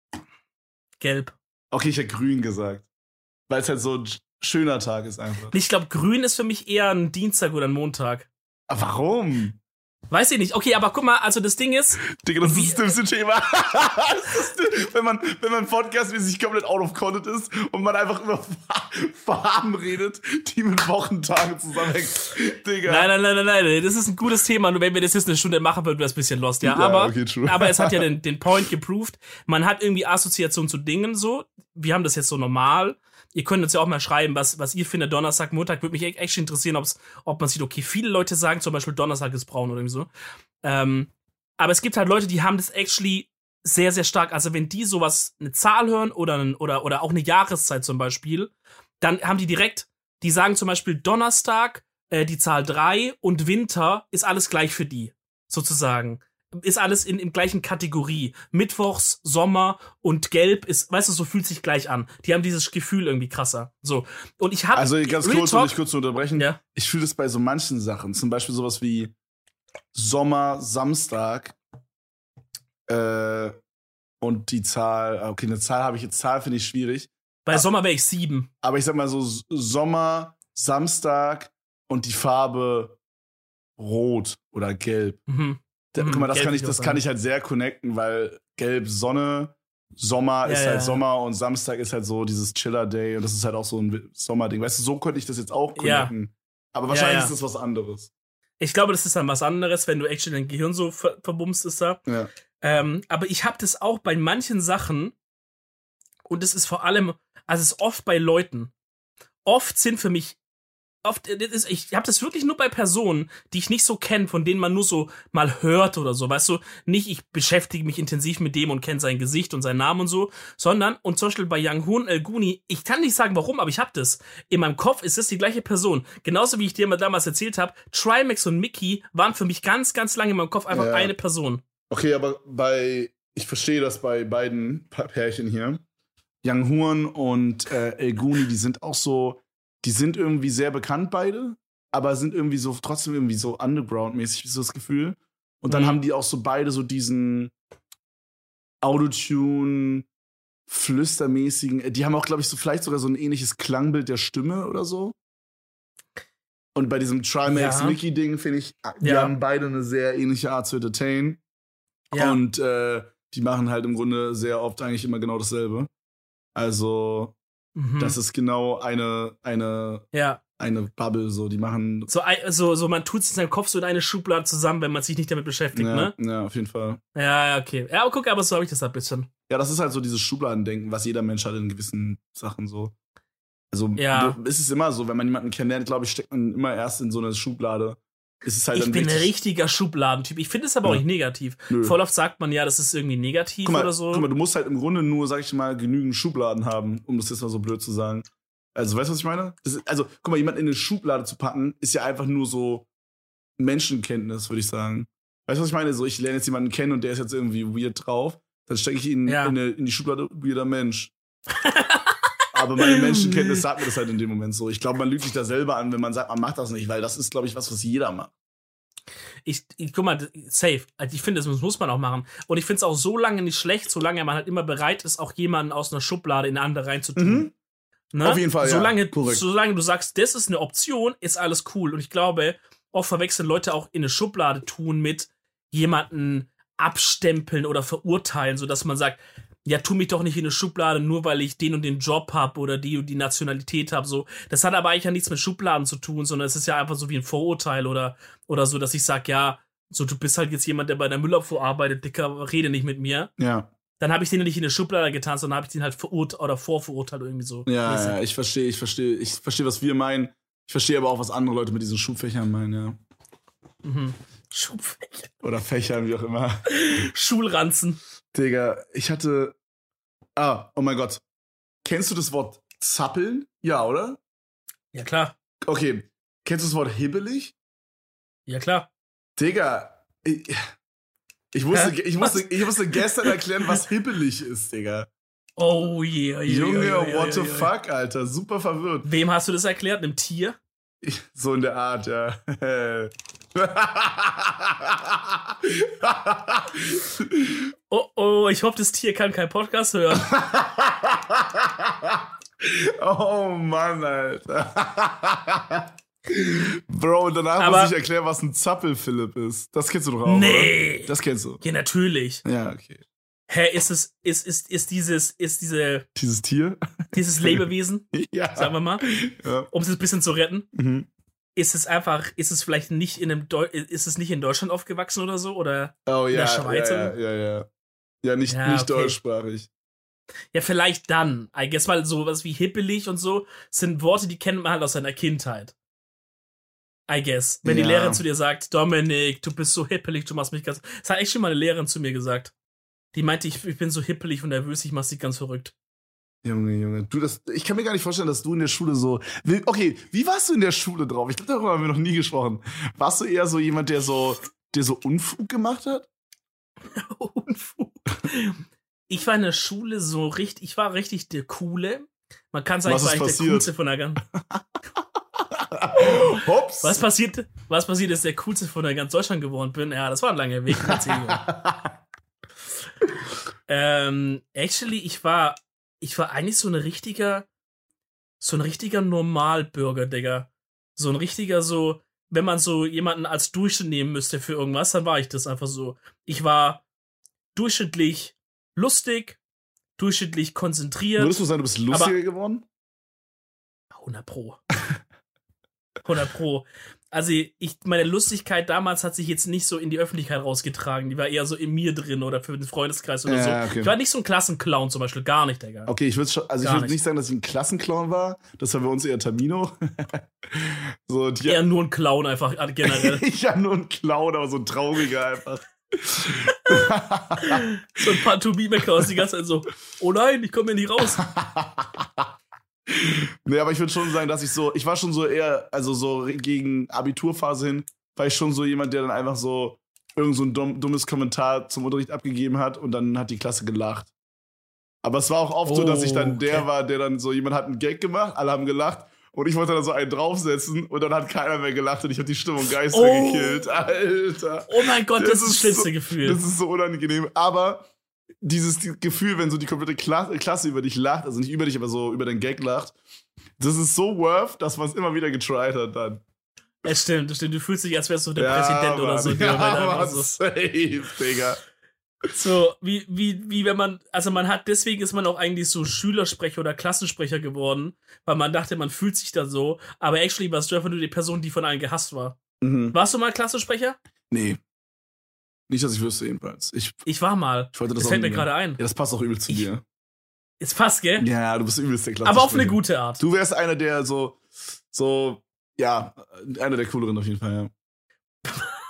Gelb. Okay, ich hätte grün gesagt. Weil es halt so ein schöner Tag ist einfach. Ich glaube, grün ist für mich eher ein Dienstag oder ein Montag. Aber warum? Weiß ich nicht. Okay, aber guck mal, also das Ding ist. Digga, das ist das dümmste Thema. Das ist, wenn man, wenn man podcastmäßig komplett out of content ist und man einfach über Farben redet, die mit Wochentagen zusammenhängen. Digga. Nein, nein, nein, nein, nein. Das ist ein gutes Thema. Nur wenn wir das jetzt eine Stunde machen, würden wir das ein bisschen lost, ja. Ja, aber, okay, true. aber es hat ja den, den Point geproved. Man hat irgendwie Assoziation zu Dingen so. Wir haben das jetzt so normal. Ihr könnt uns ja auch mal schreiben, was, was ihr findet. Donnerstag, Montag würde mich echt, echt interessieren, ob's, ob man sieht, okay, viele Leute sagen zum Beispiel, Donnerstag ist braun oder irgendwie so. Ähm, aber es gibt halt Leute, die haben das actually sehr, sehr stark. Also wenn die sowas, eine Zahl hören oder, ein, oder, oder auch eine Jahreszeit zum Beispiel, dann haben die direkt, die sagen zum Beispiel Donnerstag, äh, die Zahl drei und Winter ist alles gleich für die, sozusagen. Ist alles in, in gleichen Kategorie. Mittwochs, Sommer und Gelb ist, weißt du, so fühlt sich gleich an. Die haben dieses Gefühl irgendwie krasser. So. Und ich hab. Also ganz kurz, um dich kurz zu unterbrechen. Ja. Ich fühle das bei so manchen Sachen. Zum Beispiel sowas wie Sommer, Samstag. Äh, und die Zahl. Okay, eine Zahl habe ich jetzt. Zahl finde ich schwierig. Bei Sommer wäre ich sieben. Aber ich sag mal so Sommer, Samstag und die Farbe Rot oder Gelb. Mhm. Da, Mhm, guck mal, das Gelb kann ich, würde ich das auch kann sagen. ich halt sehr connecten, weil Gelb Sonne, Sommer Ja, ist ja, halt ja. Sommer und Samstag ist halt so dieses Chiller-Day und das ist halt auch so ein Sommerding. Weißt du, so könnte ich das jetzt auch Ja. connecten. Aber wahrscheinlich Ja, ja. ist das was anderes. Ich glaube, das ist dann was anderes, wenn du actually dein Gehirn so ver verbumst ist da. Ja. Ähm, aber ich habe das auch bei manchen Sachen und es ist vor allem, also es ist oft bei Leuten. Oft sind für mich, oft, das ist, ich habe das wirklich nur bei Personen, die ich nicht so kenne, von denen man nur so mal hört oder so, weißt du, nicht ich beschäftige mich intensiv mit dem und kenne sein Gesicht und seinen Namen und so, sondern, und zum Beispiel bei Young Hoon El Guni, ich kann nicht sagen warum, aber ich habe das. In meinem Kopf ist es die gleiche Person. Genauso wie ich dir mal damals erzählt habe, Trimax und Mickey waren für mich ganz, ganz lange in meinem Kopf einfach Ja. eine Person. Okay, aber bei, ich verstehe das bei beiden Pa- Pärchen hier. Young Horn und äh, El Guni, die sind auch so, die sind irgendwie sehr bekannt beide, aber sind irgendwie so, trotzdem irgendwie so Underground-mäßig, so das Gefühl. Und dann Mhm. haben die auch so beide so diesen Autotune, Flüstermäßigen, die haben auch, glaube ich, so vielleicht sogar so ein ähnliches Klangbild der Stimme oder so. Und bei diesem Trimax Ja. Mickey-Ding finde ich, die Ja. haben beide eine sehr ähnliche Art zu entertain. Ja. Und äh, die machen halt im Grunde sehr oft eigentlich immer genau dasselbe. Also, Mhm. das ist genau eine, eine, ja. eine Bubble, so. Die machen. So, ein- so, so man tut es in seinem Kopf so in eine Schublade zusammen, wenn man sich nicht damit beschäftigt, Ja, ne? ja, auf jeden Fall. Ja, ja, okay. Ja, aber guck, aber so habe ich das ein bisschen. Ja, das ist halt so dieses Schubladendenken, was jeder Mensch hat in gewissen Sachen so. Also, Ja. du- ist es immer so, wenn man jemanden kennenlernt, glaube ich, steckt man immer erst in so eine Schublade. Ist es halt Ich dann bin ein wichtig- richtiger Schubladentyp. Ich finde es aber auch Ja. nicht negativ. Nö. Voll oft sagt man ja, das ist irgendwie negativ Guck mal, oder so. guck mal, du musst halt im Grunde nur, sag ich mal, genügend Schubladen haben, um das jetzt mal so blöd zu sagen. Also, weißt du, was ich meine? Das ist, also, guck mal, jemanden in eine Schublade zu packen, ist ja einfach nur so Menschenkenntnis, würde ich sagen. Weißt du, was ich meine? So, ich lerne jetzt jemanden kennen und der ist jetzt irgendwie weird drauf, dann stecke ich ihn Ja. in, eine, in die Schublade weirder Mensch. Aber meine Menschenkenntnis sagt mir das halt in dem Moment so. Ich glaube, man lügt sich da selber an, wenn man sagt, man macht das nicht, weil das ist, glaube ich, was, was jeder macht. Ich, ich guck mal, safe. Also ich finde, das muss man auch machen. Und ich finde es auch so lange nicht schlecht, solange man halt immer bereit ist, auch jemanden aus einer Schublade in eine andere reinzutun. Mhm. Ne? Auf jeden Fall, ja. solange, Korrekt. solange du sagst, das ist eine Option, ist alles cool. Und ich glaube, oft verwechseln Leute auch in eine Schublade tun mit jemanden abstempeln oder verurteilen, sodass man sagt, ja, tu mich doch nicht in eine Schublade, nur weil ich den und den Job hab oder die und die Nationalität hab. So. Das hat aber eigentlich ja nichts mit Schubladen zu tun, sondern es ist ja einfach so wie ein Vorurteil oder, oder so, dass ich sag, ja, so du bist halt jetzt jemand, der bei der Müllabfuhr arbeitet, Dicker, rede nicht mit mir. Ja. Dann habe ich den nicht in eine Schublade getan, sondern habe ich den halt verurteilt oder vorverurteilt irgendwie so. Ja, mäßig. ja, ich verstehe, ich verstehe, ich verstehe, was wir meinen. Ich verstehe aber auch, was andere Leute mit diesen Schubfächern meinen, ja. Mhm. Schubfächer. Oder Fächern, wie auch immer. Schulranzen. Digga, ich hatte. Ah, oh mein Gott. Kennst du das Wort Zappeln? Ja, oder? Ja, klar. Okay. Kennst du das Wort hibbelig? Ja, klar. Digga, ich, ich, musste, ich, musste, ich musste gestern erklären, was hibbelig ist, Digga. Oh yeah, yeah Junge, yeah, yeah, what the yeah, fuck, Alter. Super verwirrt. Wem hast du das erklärt? Einem Tier? Ich, so in der Art, ja. Oh, oh, ich hoffe, das Tier kann keinen Podcast hören. Oh Mann, Alter. Bro, und danach Aber muss ich erklären, was ein Zappel-Philipp ist. Das kennst du doch auch, nee. oder? Das kennst du. Ja, natürlich. Ja, okay. Hä, ist es, ist, ist, ist dieses, ist diese, Dieses Tier? dieses Lebewesen, Ja. sagen wir mal, Ja. um es ein bisschen zu retten, Mhm. ist es einfach, ist es vielleicht nicht in einem, Deu ist es nicht in Deutschland aufgewachsen oder so, oder Oh in ja, der Schweiz? ja, oder? ja, ja, ja. Ja, nicht, Ja, nicht okay. deutschsprachig. Ja, vielleicht dann. I guess, weil sowas wie hippelig und so sind Worte, die kennt man halt aus seiner Kindheit. I guess. Wenn Ja. die Lehrerin zu dir sagt, Dominik, du bist so hippelig, du machst mich ganz... Das hat echt schon mal eine Lehrerin zu mir gesagt. Die meinte, ich, ich bin so hippelig und nervös, ich mach dich ganz verrückt. Junge, Junge. Du, das, ich kann mir gar nicht vorstellen, dass du in der Schule so... Okay, wie warst du in der Schule drauf? Ich glaube, darüber haben wir noch nie gesprochen. Warst du eher so jemand, der so, der so Unfug gemacht hat? Unfug. Ich war in der Schule so richtig, ich war richtig der Coole. Man kann sagen, Was ich war ist eigentlich der passiert? Coolste von der ganzen... Hops! Was passiert, was passiert ist, der Coolste von der ganz Deutschland geworden bin? Ja, das war ein langer Weg. ähm, actually, ich war, ich war eigentlich so ein richtiger, so ein richtiger Normalbürger, Digga. So ein richtiger, so, wenn man so jemanden als Durchschnitt nehmen müsste für irgendwas, dann war ich das einfach so. Ich war durchschnittlich lustig, durchschnittlich konzentriert. Würdest du sagen, du bist lustiger geworden? hundert Pro. hundert Pro. Also ich, meine Lustigkeit damals hat sich jetzt nicht so in die Öffentlichkeit rausgetragen. Die war eher so in mir drin oder für den Freundeskreis oder Ja, so. okay. Ich war nicht so ein Klassenclown zum Beispiel, gar nicht, Digga. Okay, ich würde schon, also ich Gar würde nicht. nicht sagen, dass ich ein Klassenclown war. Das war bei uns eher Tamino. So, die, Eher nur ein Clown einfach äh, generell. ich ja nur ein Clown, aber so ein trauriger einfach. So ein Pantomime-Chaos die ganze Zeit so, oh nein, ich komme hier nicht raus. Nee, aber ich würde schon sagen, dass ich so, ich war schon so eher, also so gegen Abiturphase hin, war ich schon so jemand, der dann einfach so irgend so ein dumm, dummes Kommentar zum Unterricht abgegeben hat und dann hat die Klasse gelacht. Aber es war auch oft so, dass ich dann der Okay. war, der dann so, jemand hat einen Gag gemacht, alle haben gelacht und ich wollte dann so einen draufsetzen und dann hat keiner mehr gelacht und ich habe die Stimmung Geister Oh. gekillt. Alter. Oh mein Gott, das, Das ist das ist schlimmste so- Gefühl. Das ist so unangenehm. Aber dieses Gefühl, wenn so die komplette Kla Klasse über dich lacht, also nicht über dich, aber so über deinen Gag lacht, das ist so worth, dass man es immer wieder getried hat dann. Es stimmt, das stimmt. Du fühlst dich, als wärst du der Präsident oder so. Mann. der Ja, dabei da Mann, war, so. safe, Digga. So, wie, wie, wie wenn man, also man hat, deswegen ist man auch eigentlich so Schülersprecher oder Klassensprecher geworden, weil man dachte, man fühlt sich da so, aber actually warst du einfach nur die Person, die von allen gehasst war. Mhm. Warst du mal Klassensprecher? Nee. Nicht, dass ich wüsste, jedenfalls. Ich, Ich war mal. ich wollte das Das auch fällt mir nie mehr. gerade ein. Ja, das passt auch übel zu Ich- dir. Ist fast, gell? Ja, du bist übelst der Klasse. Aber auf eine gute Art. Du wärst einer, der so, so, ja, einer der cooleren auf jeden Fall, ja.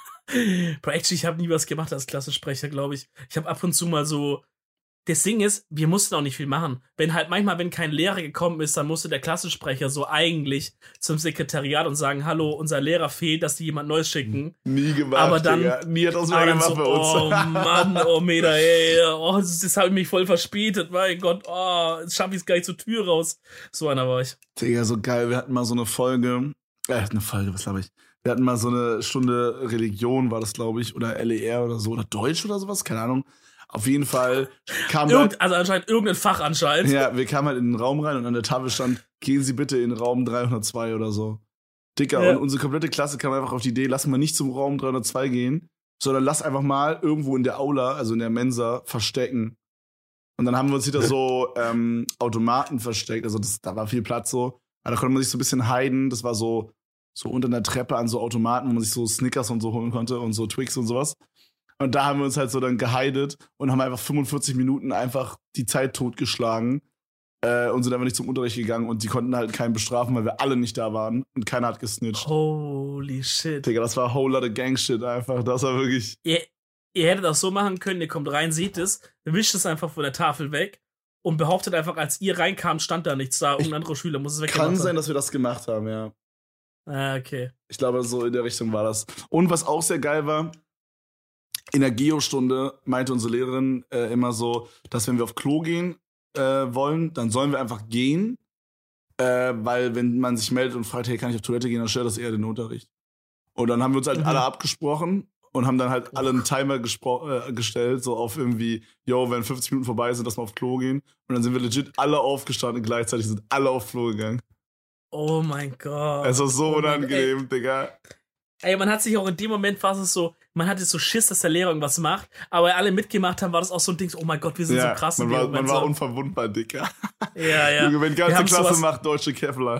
Bro, actually, ich habe nie was gemacht als Klassensprecher, glaube ich. Ich habe ab und zu mal so. Das Ding ist, wir mussten auch nicht viel machen. Wenn halt manchmal, wenn kein Lehrer gekommen ist, dann musste der Klassensprecher so eigentlich zum Sekretariat und sagen, hallo, unser Lehrer fehlt, dass die jemand Neues schicken. Nie gemacht, Aber dann- Digga. Nie hat das Aber mal dann gemacht so, bei uns. oh Mann, oh Meter, ey, oh, das, das habe ich mich voll verspätet, mein Gott, oh, jetzt schaffe ich es gar nicht zur Tür raus. So einer war ich. Digga, so geil. Wir hatten mal so eine Folge, äh, eine Folge, was glaube ich? Wir hatten mal so eine Stunde Religion, war das, glaube ich, oder L E R oder so, oder Deutsch oder sowas, keine Ahnung. Auf jeden Fall kam da, Irgend, also anscheinend irgendein Fach anscheinend. ja, wir kamen halt in den Raum rein und an der Tafel stand, gehen Sie bitte in Raum dreihundertzwei oder so. Dicker, Ja. und unsere komplette Klasse kam einfach auf die Idee, lass mal nicht zum Raum dreihundertzwei gehen, sondern lass einfach mal irgendwo in der Aula, also in der Mensa, verstecken. Und dann haben wir uns wieder so ähm, Automaten versteckt, also das, da war viel Platz so. Aber da konnte man sich so ein bisschen heiden, das war so, so unter einer Treppe an so Automaten, wo man sich so Snickers und so holen konnte und so Twix und sowas. Und da haben wir uns halt so dann geheidet und haben einfach fünfundvierzig Minuten einfach die Zeit totgeschlagen äh, und sind einfach nicht zum Unterricht gegangen und die konnten halt keinen bestrafen, weil wir alle nicht da waren und keiner hat gesnitcht. Holy shit. Digga, das war a whole lot of Gang-Shit einfach. Das war wirklich. Ihr, ihr hättet auch so machen können, ihr kommt rein, seht es, wischt es einfach von der Tafel weg und behauptet einfach, als ihr reinkam, stand da nichts da. Irgendein anderer Schüler muss es weggemacht Kann haben. sein, dass wir das gemacht haben, ja. Ah, okay. Ich glaube, so in der Richtung war das. Und was auch sehr geil war, in der Geo-Stunde meinte unsere Lehrerin äh, immer so, dass wenn wir auf Klo gehen äh, wollen, dann sollen wir einfach gehen, äh, weil wenn man sich meldet und fragt, hey, kann ich auf Toilette gehen, dann stört das eher den Unterricht. Und dann haben wir uns halt mhm. alle abgesprochen und haben dann halt alle einen Timer gespro- äh, gestellt, so auf irgendwie, yo, wenn fünfzig Minuten vorbei sind, dass wir auf Klo gehen. Und dann sind wir legit alle aufgestanden und gleichzeitig sind alle auf Klo gegangen. Oh mein Gott. Es war so oh unangenehm, ey. Digga. Ey, man hat sich auch in dem Moment, war es so, man hatte so Schiss, dass der Lehrer irgendwas macht, aber alle mitgemacht haben, war das auch so ein Ding, so, oh mein Gott, wir sind ja, so krass. Man in war, dem Moment man war so. unverwundbar, Digga. Ja, ja. Junge, wenn ganze Klasse sowas, macht, deutsche Kevlar.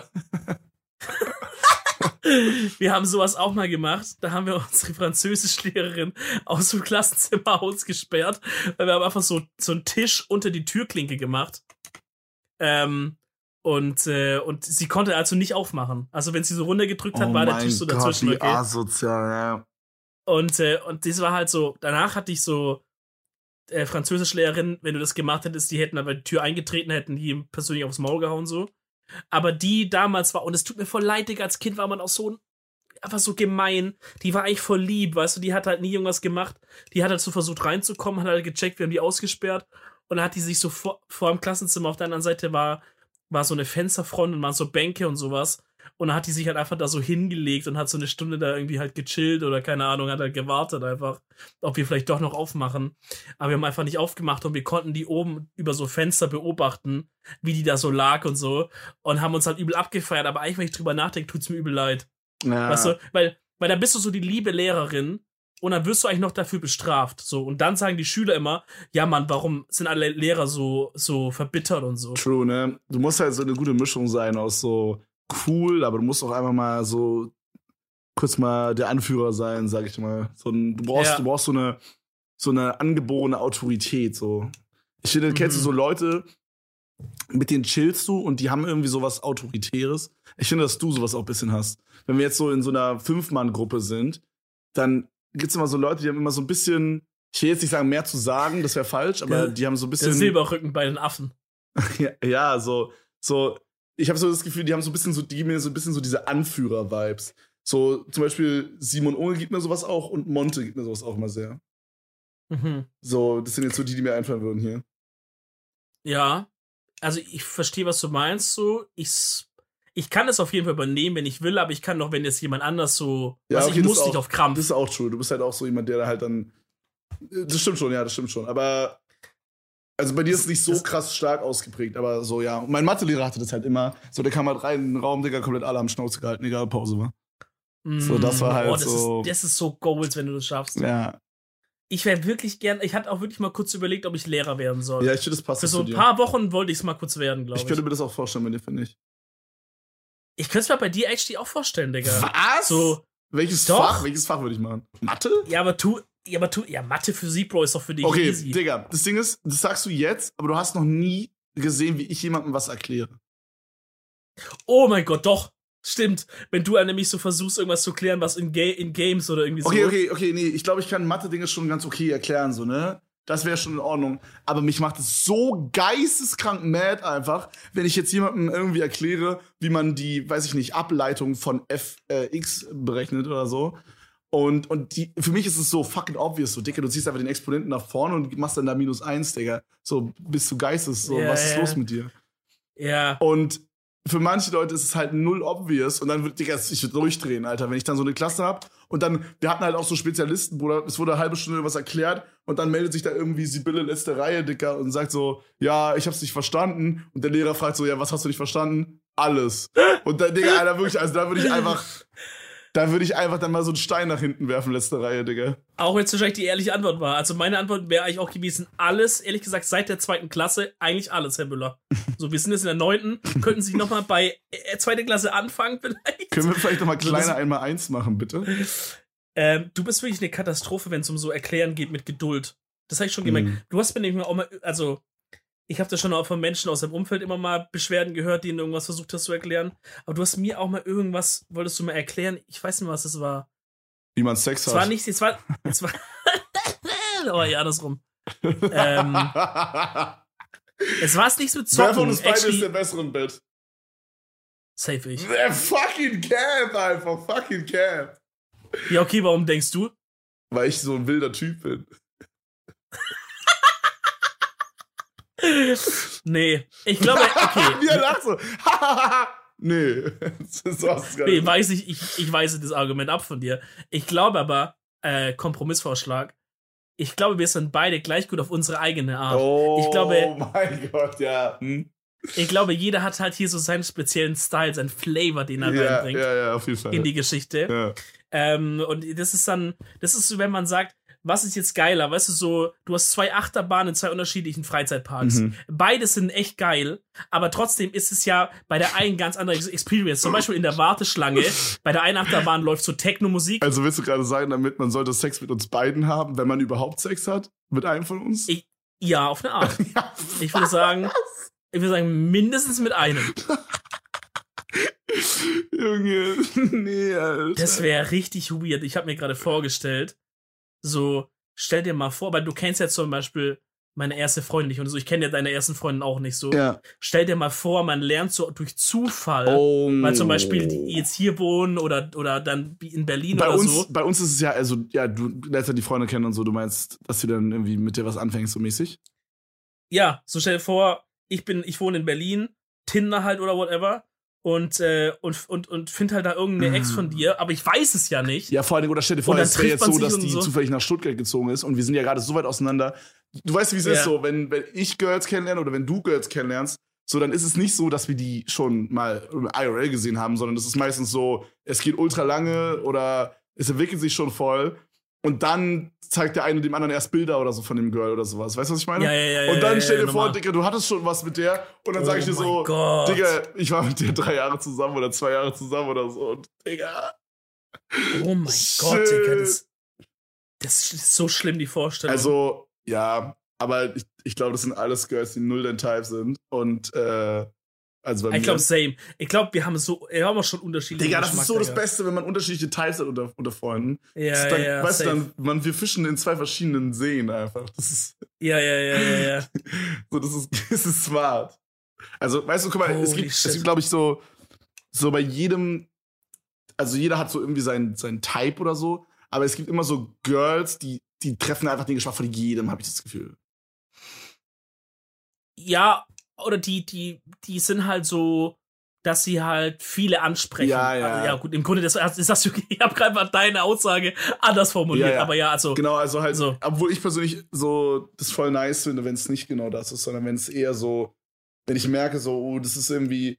Wir haben sowas auch mal gemacht, da haben wir unsere Französischlehrerin aus dem Klassenzimmer ausgesperrt, weil wir haben einfach so, so einen Tisch unter die Türklinke gemacht. Ähm, Und, äh, und sie konnte also nicht aufmachen. Also wenn sie so runtergedrückt hat, oh war der Tisch so dazwischen. Gott, wie okay? asozial, ja. Und, äh, und das war halt so, danach hatte ich so äh, Französischlehrerin, wenn du das gemacht hättest, die hätten aber die Tür eingetreten, hätten die ihm persönlich aufs Maul gehauen so. Aber die damals war, und es tut mir voll leid, Digga, als Kind war man auch so einfach so gemein. Die war eigentlich voll lieb, weißt du, die hat halt nie irgendwas gemacht. Die hat halt so versucht reinzukommen, hat halt gecheckt, wir haben die ausgesperrt. Und dann hat die sich so vor, vor dem Klassenzimmer auf der anderen Seite war war so eine Fensterfront und waren so Bänke und sowas. Und dann hat die sich halt einfach da so hingelegt und hat so eine Stunde da irgendwie halt gechillt oder keine Ahnung, hat halt gewartet einfach, ob wir vielleicht doch noch aufmachen. Aber wir haben einfach nicht aufgemacht und wir konnten die oben über so Fenster beobachten, wie die da so lag und so. Und haben uns halt übel abgefeiert. Aber eigentlich, wenn ich drüber nachdenke, tut's mir übel leid. Ja. Weißt du? Weil, weil da bist du so die liebe Lehrerin und dann wirst du eigentlich noch dafür bestraft. So. Und dann sagen die Schüler immer, ja Mann, warum sind alle Lehrer so, so verbittert und so? True, ne? Du musst halt so eine gute Mischung sein aus so cool, aber du musst auch einfach mal so kurz mal der Anführer sein, sag ich mal. So ein, du brauchst, Ja. du brauchst so eine, so eine angeborene Autorität, so. Ich finde, Mhm. kennst du so Leute, mit denen chillst du und die haben irgendwie sowas Autoritäres. Ich finde, dass du sowas auch ein bisschen hast. Wenn wir jetzt so in so einer Fünf-Mann-Gruppe sind, dann gibt's immer so Leute, die haben immer so ein bisschen, ich will jetzt nicht sagen, mehr zu sagen, das wäre falsch, aber Der- die haben so ein Der bisschen. Silberrücken bei den Affen. ja, ja, so, so, ich habe so das Gefühl, die haben so ein bisschen so, die geben mir so ein bisschen so diese Anführer-Vibes. So, zum Beispiel Simon Unge gibt mir sowas auch und Monte gibt mir sowas auch immer sehr. Mhm. So, das sind jetzt so die, die mir einfallen würden hier. Ja, also ich verstehe, was du meinst, so. Ich, ich kann es auf jeden Fall übernehmen, wenn ich will, aber ich kann doch, wenn jetzt jemand anders so, Ja, also okay, ich das muss ist nicht auch- auf Krampf. Das ist auch true. Du bist halt auch so jemand, der da halt dann. Das stimmt schon, ja, das stimmt schon. Aber. Also bei dir ist es nicht so Das- krass stark ausgeprägt, aber so, ja. Und mein Mathelehrer hatte das halt immer. So, der kam halt rein in den Raum, Digga, komplett alle am Schnauze gehalten, egal, Pause war. so, das war halt oh, das so- Ist, das ist so Goals, wenn du das schaffst. Ja. Ich wäre wirklich gern, ich hatte auch wirklich mal kurz überlegt, ob ich Lehrer werden soll. Ja, ich finde, das passt Für so zu ein dir. paar Wochen wollte ich es mal kurz werden, glaube Ich ich. könnte mir das auch vorstellen, bei dir, finde ich. Ich könnte es mir bei dir actually auch vorstellen, Digga. Was? So, Welches Doch. Fach? Welches Fach würde ich machen? Mathe? ja, aber tu, ja, aber tu, ja, Mathe, Physik, Bro, ist doch für dich Okay, easy. Digga, das Ding ist, das sagst du jetzt, aber du hast noch nie gesehen, wie ich jemandem was erkläre. Oh mein Gott, doch. Stimmt. Wenn du nämlich so versuchst, irgendwas zu klären, was in, Ga in Games oder irgendwie so. Okay, okay, okay, nee, ich glaube, ich kann Mathe-Dinge schon ganz okay erklären, so, ne? Das wäre schon in Ordnung. Aber mich macht es so geisteskrank mad einfach, wenn ich jetzt jemandem irgendwie erkläre, wie man die, weiß ich nicht, Ableitung von f x berechnet oder so. Und, und die, für mich ist es so fucking obvious, so, Digga, du ziehst einfach den Exponenten nach vorne und machst dann da minus eins, Digga. So, bist du geistes, so, Ja, was ist ja. los mit dir? Ja. Und für manche Leute ist es halt null obvious und dann wird, Digga, ich würde durchdrehen, Alter, wenn ich dann so eine Klasse hab und dann, wir hatten halt auch so Spezialisten, Bruder, es wurde eine halbe Stunde was erklärt und dann meldet sich da irgendwie Sibylle letzte Reihe, Dicker, und sagt so, ja, ich hab's nicht verstanden und der Lehrer fragt so, ja, was hast du nicht verstanden? Alles. Und dann, Digga, Alter, wirklich, also da würde ich einfach, da würde ich einfach dann mal so einen Stein nach hinten werfen, letzte Reihe, Digga. Auch wenn es wahrscheinlich die ehrliche Antwort war. Also meine Antwort wäre eigentlich auch gewesen, alles, ehrlich gesagt, seit der zweiten Klasse, eigentlich alles, Herr Müller. So, wir sind jetzt in der neunten, könnten Sie nochmal bei äh, zweite Klasse anfangen vielleicht? Können wir vielleicht nochmal Also das- kleine einmal eins machen, bitte? Ähm, du bist wirklich eine Katastrophe, wenn es um so Erklären geht mit Geduld. Das habe ich schon gemerkt. Mhm. Du hast mir nämlich auch mal, also, ich habe das schon auch von Menschen aus deinem Umfeld immer mal Beschwerden gehört, denen du irgendwas versucht hast zu erklären. Aber du hast mir auch mal irgendwas, wolltest du mal erklären? Ich weiß nicht, was das war. Wie man Sex Es hat. war nicht, es war, es war, oh ja, andersrum. ähm, Es war nichts mit Wer Zocken. von uns beiden Actually, ist der bessere im Bett? safe ich. Der fucking Camp einfach, fucking Camp. Ja, okay, warum denkst du? Weil ich so ein wilder Typ bin. Nee, ich glaube, okay. Wie er lacht so. Nee, so hast du's gar Nee, nicht. weiß ich, ich, ich weise das Argument ab von dir. Ich glaube aber, äh, Kompromissvorschlag, ich glaube, wir sind beide gleich gut auf unsere eigene Art. Oh ich glaube, mein Gott, ja. Hm? ich glaube, jeder hat halt hier so seinen speziellen Style, seinen Flavor, den er Ja, reinbringt ja, ja, auf jeden Fall. in die Geschichte. Ja. Ähm, und das ist dann, das ist so, wenn man sagt, was ist jetzt geiler? Weißt du, so, du hast zwei Achterbahnen in zwei unterschiedlichen Freizeitparks. Mhm. Beide sind echt geil, aber trotzdem ist es ja bei der einen ganz andere Experience. Zum Beispiel in der Warteschlange, bei der einen Achterbahn läuft so Techno-Musik. Also willst du gerade sagen, damit man sollte Sex mit uns beiden haben, wenn man überhaupt Sex hat? Mit einem von uns? Ich, ja, auf eine Art. Ja, Ich würde sagen, ich würde sagen, mindestens mit einem. Junge, nee, Alter. Das wäre richtig weird. Ich habe mir gerade vorgestellt, so, stell dir mal vor, weil du kennst ja zum Beispiel meine erste Freundin nicht und so, ich kenne ja deine ersten Freundin auch nicht so. Ja. Stell dir mal vor, man lernt so durch Zufall, Oh. weil zum Beispiel die jetzt hier wohnen oder, oder dann in Berlin Bei oder uns, so. bei uns ist es ja, also, ja, du lernst ja die Freunde kennen und so, du meinst, dass du dann irgendwie mit dir was anfängst, so mäßig? Ja, so stell dir vor, ich bin, ich wohne in Berlin, Tinder halt oder whatever. Und, äh, und, und, und find halt da irgendeine Ex von dir, aber ich weiß es ja nicht. Ja, vor allen Dingen, oder stell dir vor, Und dann es wäre trifft jetzt man so, sich dass und die so. zufällig nach Stuttgart gezogen ist und wir sind ja gerade so weit auseinander. Du weißt, wie es Ja. ist so, wenn, wenn ich Girls kennenlerne oder wenn du Girls kennenlernst, so, dann ist es nicht so, dass wir die schon mal I R L gesehen haben, sondern das ist meistens so, es geht ultra lange oder es entwickelt sich schon voll und dann zeigt der eine dem anderen erst Bilder oder so von dem Girl oder sowas. Weißt du, was ich meine? Ja, ja, ja, und dann ja, stell dir ja, vor, normal. Digga, du hattest schon was mit der und dann Oh sag ich dir mein so, Gott. Digga, ich war mit dir drei Jahre zusammen oder zwei Jahre zusammen oder so und Digga. Oh mein Shit. Gott, Digga, das, das ist so schlimm, die Vorstellung. Also, ja, aber ich, ich glaube, das sind alles Girls, die null dein Type sind. Und, äh, also bei ich mir. glaube, same. Ich glaube, wir haben so, wir haben auch schon unterschiedliche Digga, das ist so das Geschmack, Beste, wenn man unterschiedliche Types hat unter, unter Freunden. Ja, Das ist dann, ja, weißt du, safe. dann, man, wir fischen in zwei verschiedenen Seen einfach. Das ist, Ja, ja, ja, ja, ja. so, das ist, das ist smart. Also, weißt du, guck mal, es Holy gibt, es shit. gibt, glaube ich, so, so bei jedem, also jeder hat so irgendwie seinen, seinen Type oder so, aber es gibt immer so Girls, die, die treffen einfach den Geschmack von jedem, habe ich das Gefühl. Ja, oder die, die, die sind halt so, dass sie halt viele ansprechen. Ja, ja. Also, ja, gut, im Grunde, das, das ist das, ich habe gerade mal deine Aussage anders formuliert, Ja, ja. aber ja, also. Genau, also halt, So. obwohl ich persönlich so das voll nice finde, wenn es nicht genau das ist, sondern wenn es eher so, wenn ich merke, so, oh, das ist irgendwie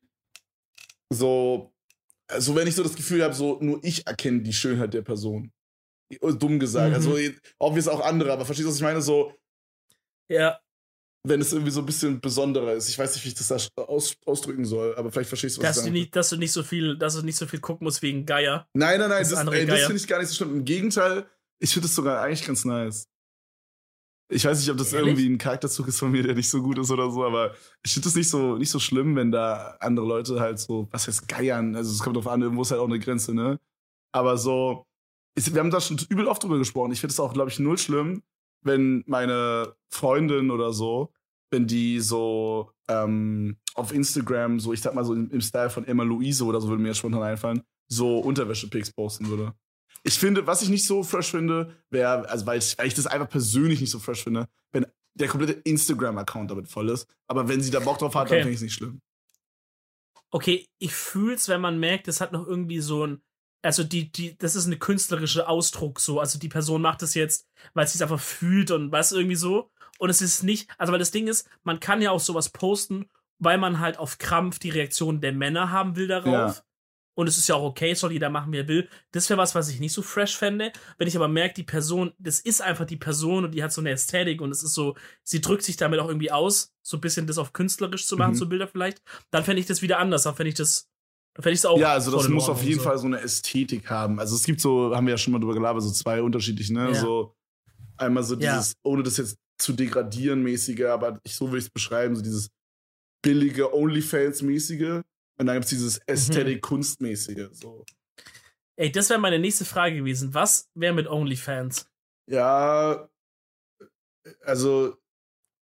so, also wenn ich so das Gefühl habe, so, nur ich erkenne die Schönheit der Person. Dumm gesagt. Mhm. Also, obvious auch andere, aber verstehst du, was ich meine? So, Ja, wenn es irgendwie so ein bisschen besonderer ist. Ich weiß nicht, wie ich das da aus, ausdrücken soll, aber vielleicht verstehst du, was dass ich du sagen will. nicht, dass du nicht so viel, dass du nicht so viel gucken musst wegen Geier. Nein, nein, nein, das das, andere ey, das Geier. finde ich gar nicht so schlimm. Im Gegenteil, ich finde das sogar eigentlich ganz nice. Ich weiß nicht, ob das Ehrlich? irgendwie ein Charakterzug ist von mir, der nicht so gut ist oder so, aber ich finde das nicht so, nicht so schlimm, wenn da andere Leute halt so, was heißt geiern? Also es kommt drauf an, irgendwo ist halt auch eine Grenze, ne? Aber so, ich, wir haben da schon übel oft drüber gesprochen. Ich finde es auch, glaube ich, null schlimm, wenn meine Freundin oder so, wenn die so ähm, auf Instagram, so ich sag mal so im, im Style von Emma Luise oder so, würde mir jetzt spontan einfallen, so Unterwäsche-Pics posten würde. Ich finde, was ich nicht so fresh finde, wäre, also weil ich, weil ich das einfach persönlich nicht so fresh finde, wenn der komplette Instagram-Account damit voll ist. Aber wenn sie da Bock drauf hat, Okay. dann finde ich es nicht schlimm. Okay, ich fühl's, wenn man merkt, es hat noch irgendwie so ein, also die, die, das ist eine künstlerische Ausdruck so, also die Person macht es jetzt, weil sie es einfach fühlt und weiß irgendwie so. Und es ist nicht, also weil das Ding ist, man kann ja auch sowas posten, weil man halt auf Krampf die Reaktion der Männer haben will darauf. Ja. Und es ist ja auch okay, soll jeder machen, wie er will. Das wäre was, was ich nicht so fresh fände. Wenn ich aber merke, die Person, das ist einfach die Person und die hat so eine Ästhetik und es ist so, sie drückt sich damit auch irgendwie aus, so ein bisschen das auf künstlerisch zu machen, Mhm. so Bilder vielleicht, dann fände ich das wieder anders. Dann fände ich das, dann fände ich es auch. Ja, also das voll in muss auf Ordnung jeden so. Fall so eine Ästhetik haben. Also es gibt so, haben wir ja schon mal drüber gelabert, so zwei unterschiedliche, ne? Ja. So einmal so Ja. dieses, ohne das jetzt zu degradieren mäßige, aber ich, so will ich es beschreiben, so dieses billige Onlyfans-mäßige. Und dann gibt es dieses Ästhetik-Kunstmäßige. So. Ey, das wäre meine nächste Frage gewesen. Was wäre mit OnlyFans? Ja, also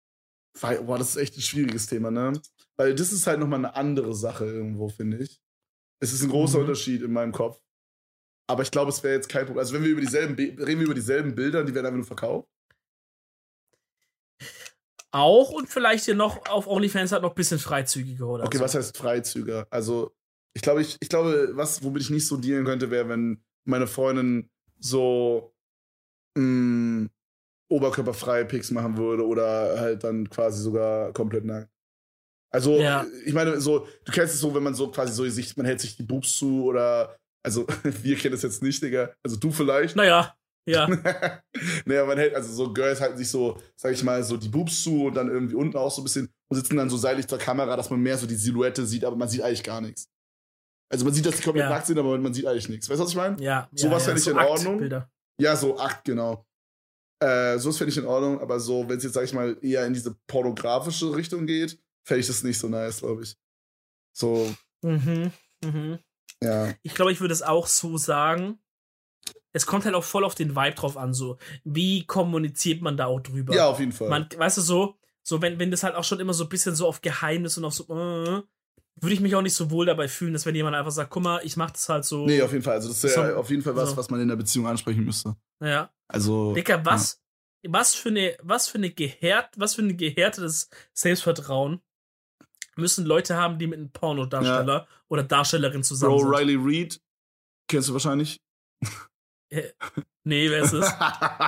Weil, boah, das ist echt ein schwieriges Thema, ne? Weil das ist halt nochmal eine andere Sache irgendwo, finde ich. Es ist ein großer Mhm. Unterschied in meinem Kopf. Aber ich glaube, es wäre jetzt kein Problem. Also wenn wir über dieselben, Bi- reden wir über dieselben Bilder, die werden einfach nur verkauft. Auch und vielleicht hier noch auf OnlyFans halt noch ein bisschen freizügiger oder Okay, so. was heißt Freizüger? Also, ich glaube, ich, ich glaube, was, womit ich nicht so dealen könnte, wäre, wenn meine Freundin so mh, oberkörperfreie Pics machen würde oder halt dann quasi sogar komplett nackt. Also, Ja. ich meine, so, du kennst es so, wenn man so quasi so sich, man hält sich die Boobs zu oder, also, wir kennen das jetzt nicht, Digga. Also, du vielleicht. Naja, ja. naja, man hält, also so Girls halten sich so, sag ich mal, so die Boobs zu und dann irgendwie unten auch so ein bisschen und sitzen dann so seitlich zur Kamera, dass man mehr so die Silhouette sieht, aber man sieht eigentlich gar nichts. Also man sieht, dass die komplett Ja. nackt sind, aber man sieht eigentlich nichts. Weißt du, was ich meine? Ja. Sowas ja, fände ich so in Ordnung. Aktbilder. Ja, so Akt, genau. Äh, sowas fände ich in Ordnung, aber so, wenn es jetzt, sag ich mal, eher in diese pornografische Richtung geht, fände ich das nicht so nice, glaube ich. So, Mhm. Mhm. ja. Ich glaube, ich würde es auch so sagen. Es kommt halt auch voll auf den Vibe drauf an, so. Wie kommuniziert man da auch drüber? Ja, auf jeden Fall. Man, weißt du, so, so wenn, wenn das halt auch schon immer so ein bisschen so auf Geheimnis und auf so, äh, würde ich mich auch nicht so wohl dabei fühlen, dass wenn jemand einfach sagt, guck mal, ich mach das halt so. Nee, auf jeden Fall. Also das wäre So- auf jeden Fall was, so. was man in der Beziehung ansprechen müsste. Ja. Also. Dicker, was, was für eine, was für eine gehärt, was für ein gehärtetes Selbstvertrauen müssen Leute haben, die mit einem Pornodarsteller oder Darstellerin zusammen Bro, sind. Riley Reid, kennst du wahrscheinlich? Äh, nee, wer ist es?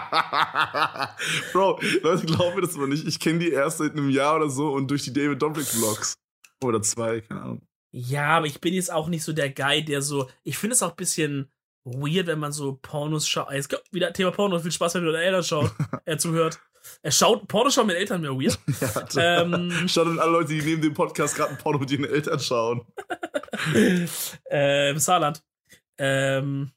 Bro, Leute glauben mir das aber nicht. Ich kenne die erst seit einem Jahr oder so und durch die David Dobrik Vlogs. Oder zwei, keine Ahnung. Ja, aber ich bin jetzt auch nicht so der Guy, der so. Ich finde es auch ein bisschen weird, wenn man so Pornos schaut. Jetzt kommt wieder Thema Porno. Viel Spaß, wenn du deine Eltern schaut. Er zuhört. Er schaut Pornos schauen mit Eltern mehr weird. Ja, ähm, Schaut an alle Leute, die neben dem Podcast gerade ein Porno mit ihren Eltern schauen. äh, Im Saarland. Ähm,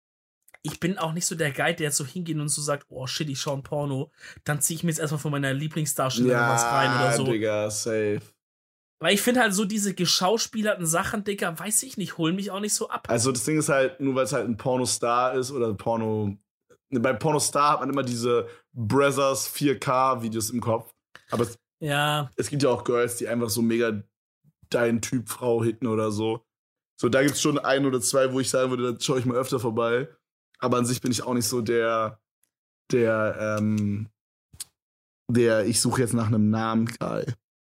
ich bin auch nicht so der Guy, der jetzt so hingeht und so sagt, oh shit, ich schaue ein Porno. Dann ziehe ich mir jetzt erstmal von meiner Lieblingsdarstellerin was rein oder so. Digga, safe. Weil ich finde halt so diese geschauspielerten Sachen, Digga, weiß ich nicht, holen mich auch nicht so ab. Also das Ding ist halt, nur weil es halt ein Pornostar ist oder Porno... Bei Pornostar hat man immer diese Brothers vier K-Videos im Kopf. Aber es, Ja, es gibt ja auch Girls, die einfach so mega deinen Typ Frau hitten oder so. So, da gibt's schon ein oder zwei, wo ich sagen würde, da schaue ich mal öfter vorbei. Aber an sich bin ich auch nicht so der, der, ähm, der, ich suche jetzt nach einem Namen, Guy.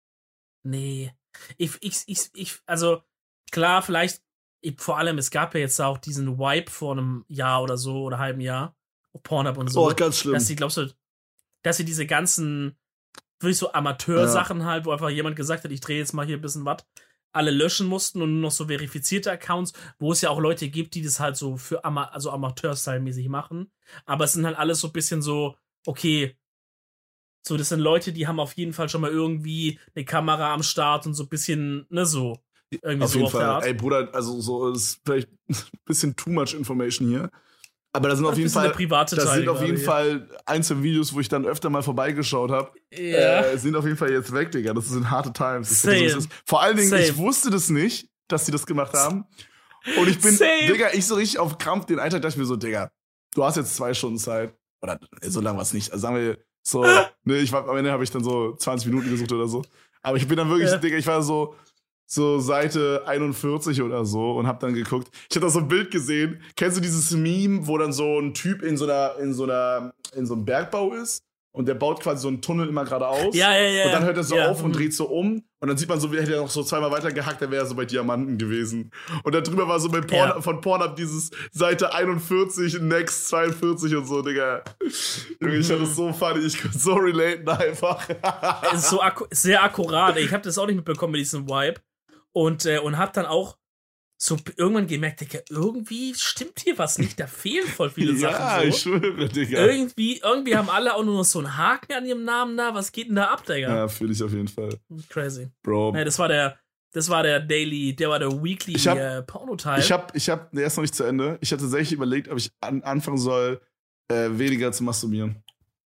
nee. Ich, ich, ich, ich, also, klar, vielleicht, ich, vor allem, es gab ja jetzt auch diesen Wipe vor einem Jahr oder so, oder halben Jahr, auf Pornhub und so. Oh, ganz schlimm. Dass sie, glaubst du, dass sie diese ganzen, wirklich so Amateursachen halt, wo einfach jemand gesagt hat, ich drehe jetzt mal hier ein bisschen was, alle löschen mussten und nur noch so verifizierte Accounts, wo es ja auch Leute gibt, die das halt so für Ama also Amateur-Style-mäßig machen. Aber es sind halt alles so ein bisschen so, okay, so, das sind Leute, die haben auf jeden Fall schon mal irgendwie eine Kamera am Start und so ein bisschen, ne, so. Irgendwie Auf so jeden auf der Fall. Art. Ey, Bruder, also so ist vielleicht ein bisschen too much information hier. Aber da sind Das auf ist jeden ein bisschen Fall, der private das Teil sind auf gerade jeden hier. Fall einzelne Videos, wo ich dann öfter mal vorbeigeschaut habe. Ja. Äh, sind auf jeden Fall jetzt weg, Digga. Das sind harte Times. Ich Same. weiß nicht, so ist. Vor allen Dingen, Same. ich wusste das nicht, dass sie das gemacht haben. Und ich bin, Same. Digga, ich so richtig auf Krampf den einen Tag dachte ich mir so, Digga, du hast jetzt zwei Stunden Zeit. Oder so lange war es nicht. Also sagen wir so, ne, ich war, am Ende habe ich dann so zwanzig Minuten gesucht oder so. Aber ich bin dann wirklich, Ja. Digga, ich war so, so Seite einundvierzig oder so und hab dann geguckt. Ich habe da so ein Bild gesehen. Kennst du dieses Meme, wo dann so ein Typ in so einer, in so einer, in so einem Bergbau ist und der baut quasi so einen Tunnel immer geradeaus. Ja, ja, ja. Und dann hört er so ja. auf und dreht so um. Und dann sieht man so, wie hätte er noch so zweimal weiter gehackt, dann wäre er so bei Diamanten gewesen. Und da drüber war so bei Porn, Ja. von Pornhub dieses Seite einundvierzig, Next zweiundvierzig und so, Digga. Junge, ich fand das so funny, ich konnte so relaten einfach. Es ist so akku sehr akkurat. Ich habe das auch nicht mitbekommen mit diesem Vibe. Und, äh, und hab dann auch so irgendwann gemerkt, Digga, irgendwie stimmt hier was nicht. Da fehlen voll viele ja, Sachen. So. ich schwöre, Digga. Irgendwie, irgendwie haben alle auch nur noch so einen Haken an ihrem Namen da. Was geht denn da ab, Digga? Ja, fühle ich auf jeden Fall. Crazy. Bro. Ja, das war der, das war der Daily, der war der Weekly Ich hab- äh, Porno-Teil. Ich hab, ich hab, der ist noch nicht zu Ende. Ich hatte tatsächlich überlegt, ob ich an, anfangen soll, äh, weniger zu masturbieren.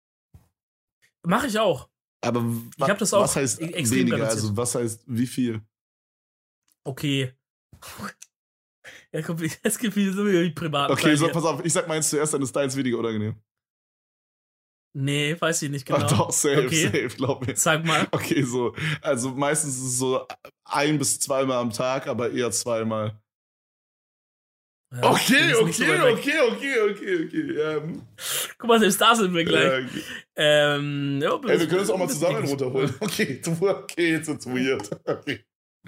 Mach ich auch. Aber Ich hab das auch was heißt e- extrem weniger? reduziert. Also was heißt wie viel? Okay. Ja, komm, es gibt viele so wie privaten Okay, Teil so, hier. pass auf, ich sag meins zuerst, dann ist deins weniger unangenehm. Nee, weiß ich nicht genau. Ach doch, safe, okay. safe, glaub mir. Sag mal. Okay, so. Also meistens ist es so ein bis zweimal am Tag, aber eher zweimal. Ja, Okay, das ist nicht so okay, weit weg. okay, okay, okay, okay. Ähm, Guck mal, selbst da sind wir gleich. ja, okay. Ähm, ja, Ey, wir können uns auch mal das- zusammen runterholen. Okay, du, okay, jetzt wird's weird. Okay.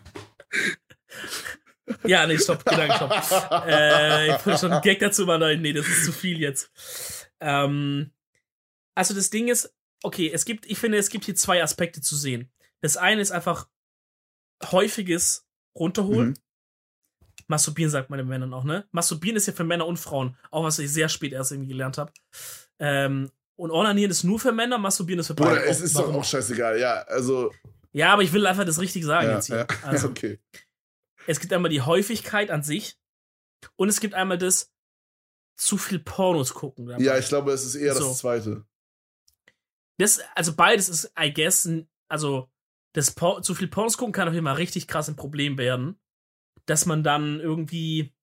Ja, nee, stopp, Gedankenstopp. äh, ich wollte schon einen Gag dazu machen, nee, das ist zu viel jetzt. Ähm, also das Ding ist, okay, es gibt, ich finde, es gibt hier zwei Aspekte zu sehen. Das eine ist einfach häufiges Runterholen. Mhm. Masturbieren sagt man den Männern auch, ne? Masturbieren ist ja für Männer und Frauen, auch was ich sehr spät erst irgendwie gelernt habe. Ähm, und Onanieren ist nur für Männer, Masturbieren ist für beide. Bruder, es Auch- ist warum? doch auch scheißegal. Ja, also. Ja, aber ich will einfach das richtig sagen Ja, jetzt hier. ja. Also, Okay. es gibt einmal die Häufigkeit an sich und es gibt einmal das zu viel Pornos gucken. dabei. Ja, ich glaube, es ist eher So. das Zweite. Das, also beides ist, I guess, n- also das Por zu viel Pornos gucken kann auf jeden Fall richtig krass ein Problem werden. Dass man dann irgendwie,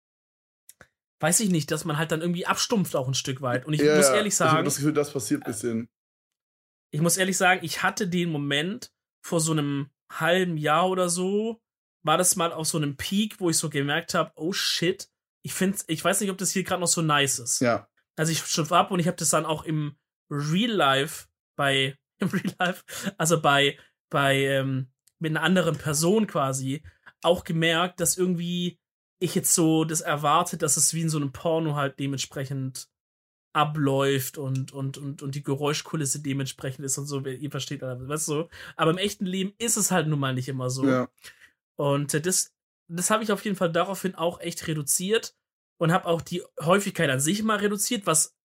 weiß ich nicht, dass man halt dann irgendwie abstumpft auch ein Stück weit. Und ich ja, muss ja. ehrlich Ich habe sagen, das Gefühl, das passiert ein bisschen. ich muss ehrlich sagen, ich hatte den Moment vor so einem halben Jahr oder so, war das mal auf so einem Peak, wo ich so gemerkt habe, oh shit, ich finde, ich weiß nicht, ob das hier gerade noch so nice ist. Ja. Also ich schwiff ab und ich habe das dann auch im Real Life bei, im Real Life, also bei, bei, ähm, mit einer anderen Person quasi, auch gemerkt, dass irgendwie ich jetzt so das erwarte, dass es wie in so einem Porno halt dementsprechend abläuft und, und, und, und die Geräuschkulisse dementsprechend ist und so, ihr versteht, weißt du, aber im echten Leben ist es halt nun mal nicht immer so. Ja. Und äh, das, das habe ich auf jeden Fall daraufhin auch echt reduziert und habe auch die Häufigkeit an sich mal reduziert, was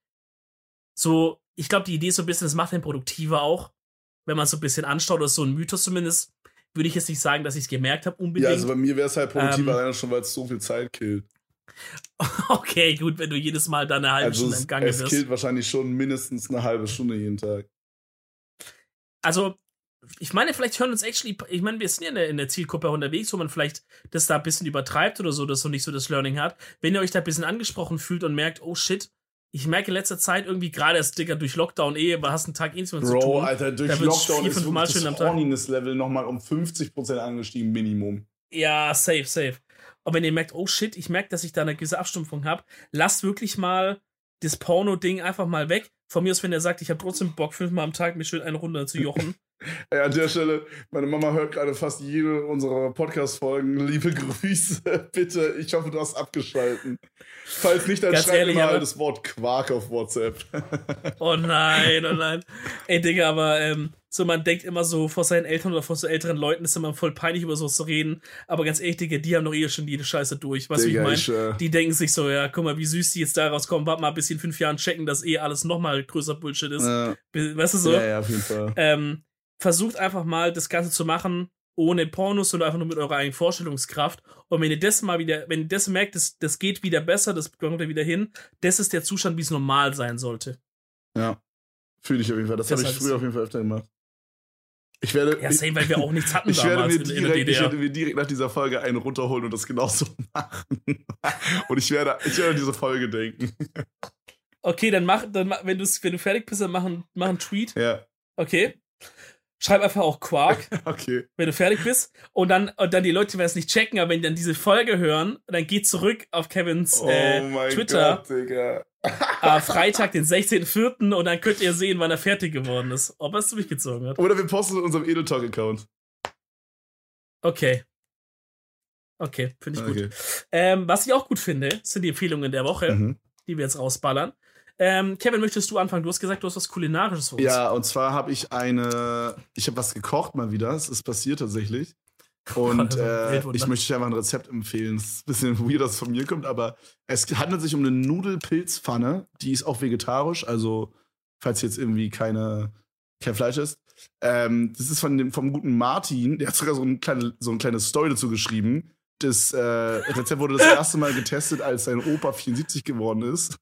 so, ich glaube, die Idee ist so ein bisschen, das macht einen produktiver auch, wenn man es so ein bisschen anschaut, oder ist so ein Mythos zumindest, würde ich jetzt nicht sagen, dass ich es gemerkt habe unbedingt. Ja, also bei mir wäre es halt produktiv, Ähm, alleine schon, weil es so viel Zeit killt. Okay, gut, wenn du jedes Mal da eine halbe Also Stunde es, im Gange es wirst. killt wahrscheinlich schon mindestens eine halbe Stunde jeden Tag. Also, ich meine, vielleicht hören uns actually, ich meine, wir sind ja in der, in der Zielgruppe unterwegs, wo man vielleicht das da ein bisschen übertreibt oder so, dass so nicht so das Learning hat. Wenn ihr euch da ein bisschen angesprochen fühlt und merkt, oh shit, ich merke in letzter Zeit irgendwie gerade erst, Digga, durch Lockdown eh, aber hast einen Tag eh nichts mehr zu Bro, tun. Alter, durch Da wird's Lockdown vier, ist fünf Mal wirklich schön am das Tag. Horniness-Level nochmal um fünfzig Prozent angestiegen, Minimum. Ja, safe, safe. Und wenn ihr merkt, oh shit, ich merke, dass ich da eine gewisse Abstumpfung habe, lasst wirklich mal das Porno-Ding einfach mal weg. Von mir aus, wenn er sagt, ich habe trotzdem Bock, fünfmal am Tag mir schön eine Runde zu jochen. Ey, an der Stelle, meine Mama hört gerade fast jede unserer Podcast-Folgen. Liebe Grüße, bitte. Ich hoffe, du hast abgeschalten. Falls nicht, dann Ganz schreib ehrlich, mir mal aber- das Wort Quark auf WhatsApp. Oh nein, oh nein. Ey, Digga, aber ähm, so man denkt immer so, vor seinen Eltern oder vor so älteren Leuten ist immer voll peinlich, über sowas zu reden. Aber ganz ehrlich, Digga, die haben doch eh schon jede Scheiße durch. Weißt du, wie ich Digga, meine? ich, äh, Die denken sich so, ja, guck mal, wie süß die jetzt da rauskommen. Warte mal, bis in fünf Jahren checken, dass eh alles nochmal größer Bullshit ist. äh, Weißt du so? Ja, ja, auf jeden Fall. Ähm, versucht einfach mal, das Ganze zu machen, ohne Pornos oder einfach nur mit eurer eigenen Vorstellungskraft. Und wenn ihr das mal wieder, wenn ihr das merkt, das, das geht wieder besser, das kommt wieder hin, das ist der Zustand, wie es normal sein sollte. Ja. Fühle ich auf jeden Fall. Das, Das habe ich heißt- früher auf jeden Fall öfter gemacht. Ich werde, Ja, same, weil wir auch nichts hatten ich werde, damals mir in, in der direkt, D ich D R. werde mir direkt nach dieser Folge einen runterholen und das genauso machen. Und ich werde, ich werde an diese Folge denken. Okay, dann mach, dann mach, wenn du wenn du fertig bist, dann mach, ein- mach einen Tweet. Ja, Okay. Schreib einfach auch Quark, okay. wenn du fertig bist. Und dann, und dann die Leute werden es nicht checken, aber wenn die dann diese Folge hören, dann geht zurück auf Kevins äh, oh mein Twitter. Gott, Digga. äh, Freitag, den sechzehnten vierten und dann könnt ihr sehen, wann er fertig geworden ist. Ob er es durchgezogen hat. Oder wir posten in unserem Edeltalk-Account. Okay. Okay, finde ich gut. Okay. Ähm, was ich auch gut finde, sind die Empfehlungen der Woche, Mhm. die wir jetzt rausballern. Ähm, Kevin, möchtest du anfangen? Du hast gesagt, du hast was Kulinarisches für uns. Ja, und zwar habe ich eine, ich habe was gekocht mal wieder, es ist passiert tatsächlich. Und Gott, äh, Weltwunder. ich möchte euch einfach ein Rezept empfehlen. Es ist ein bisschen weird, dass es von mir kommt, aber es handelt sich um eine Nudelpilzpfanne, die ist auch vegetarisch, also falls jetzt irgendwie keine, kein Fleisch ist. Ähm, das ist von dem, vom guten Martin, der hat sogar so ein, kleine, so ein kleines Story dazu geschrieben. Das äh, Rezept wurde das erste Mal getestet, als sein Opa vierundsiebzig geworden ist.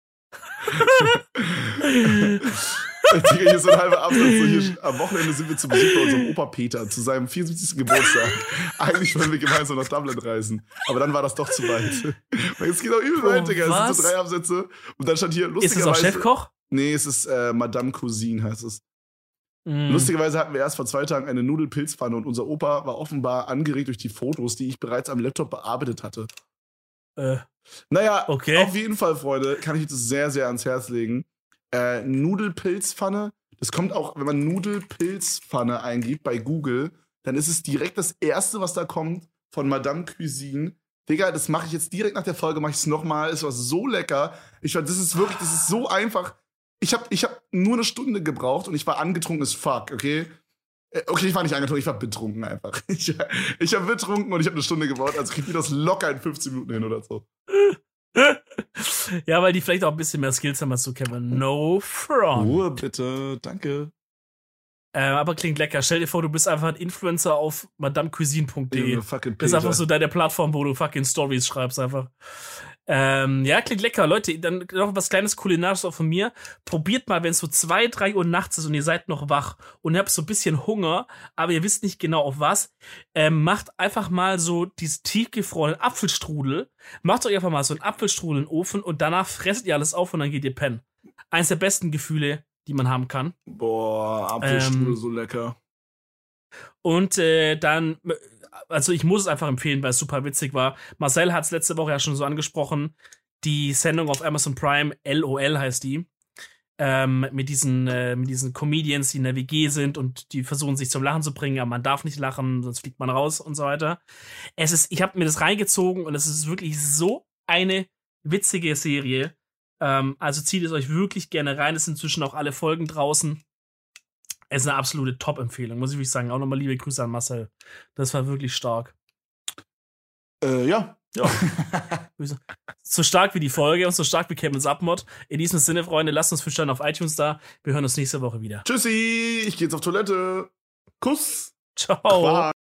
Digga, hier ist so ein halber Absatz. So hier, am Wochenende sind wir zu Besuch bei unserem Opa Peter zu seinem vierundsiebzigsten Geburtstag. Eigentlich wollen wir gemeinsam nach Dublin reisen. Aber dann war das doch zu weit. Und jetzt geht auch übel Oh, weit, Digga. Es sind so was? drei Absätze. Und dann stand hier Ist das auch lustigerweise. Chefkoch? Nee, es ist äh, Madame Cousine, heißt es. Mm. Lustigerweise hatten wir erst vor zwei Tagen eine Nudelpilzpfanne und unser Opa war offenbar angeregt durch die Fotos, die ich bereits am Laptop bearbeitet hatte. Äh, Naja, okay. auf jeden Fall, Freunde, kann ich das sehr, sehr ans Herz legen. Äh, Nudelpilzpfanne, das kommt auch, wenn man Nudelpilzpfanne eingibt bei Google, dann ist es direkt das Erste, was da kommt von Madame Cuisine. Digga, das mache ich jetzt direkt nach der Folge, mache ich es nochmal. Es war so lecker. Ich war, das ist wirklich, das ist so einfach. Ich habe ich hab nur eine Stunde gebraucht und ich war angetrunken as fuck, okay? Äh, Okay, ich war nicht angetrunken, ich war betrunken einfach. Ich, ich war betrunken und ich habe eine Stunde gebraucht, also krieg ich das locker in fünfzehn Minuten hin oder so. Ja, weil die vielleicht auch ein bisschen mehr Skills haben als du, Kevin. No front. Ruhe bitte, danke. Äh, aber klingt lecker. Stell dir vor, du bist einfach ein Influencer auf madamecuisine punkt de. Junge, fucking Das ist einfach Peter. so deine Plattform, wo du fucking Stories schreibst einfach. Ähm, ja, klingt lecker. Leute, dann noch was kleines Kulinarisches auch von mir. Probiert mal, wenn es so zwei, drei Uhr nachts ist und ihr seid noch wach und ihr habt so ein bisschen Hunger, aber ihr wisst nicht genau auf was, ähm, macht einfach mal so diese tiefgefrorenen Apfelstrudel. Macht euch einfach mal so einen Apfelstrudel in den Ofen und danach fresst ihr alles auf und dann geht ihr pennen. Eins der besten Gefühle, die man haben kann. Boah, Apfelstrudel, Ähm, so lecker. Und äh, dann, also ich muss es einfach empfehlen, weil es super witzig war. Marcel hat es letzte Woche ja schon so angesprochen. Die Sendung auf Amazon Prime, L O L heißt die, ähm, mit diesen äh, mit diesen Comedians, die in der W G sind und die versuchen sich zum Lachen zu bringen, aber man darf nicht lachen, sonst fliegt man raus und so weiter. Es ist, ich habe mir das reingezogen und es ist wirklich so eine witzige Serie. Ähm, also zieht es euch wirklich gerne rein. Es sind inzwischen auch alle Folgen draußen. Es ist eine absolute Top-Empfehlung, muss ich wirklich sagen. Auch nochmal liebe Grüße an Marcel. Das war wirklich stark. Äh, ja. Ja. So stark wie die Folge und so stark wie Kevins Abmod. In diesem Sinne, Freunde, lasst uns fünf Sterne auf iTunes da. Wir hören uns nächste Woche wieder. Tschüssi, ich geh jetzt auf Toilette. Kuss. Ciao. Quark.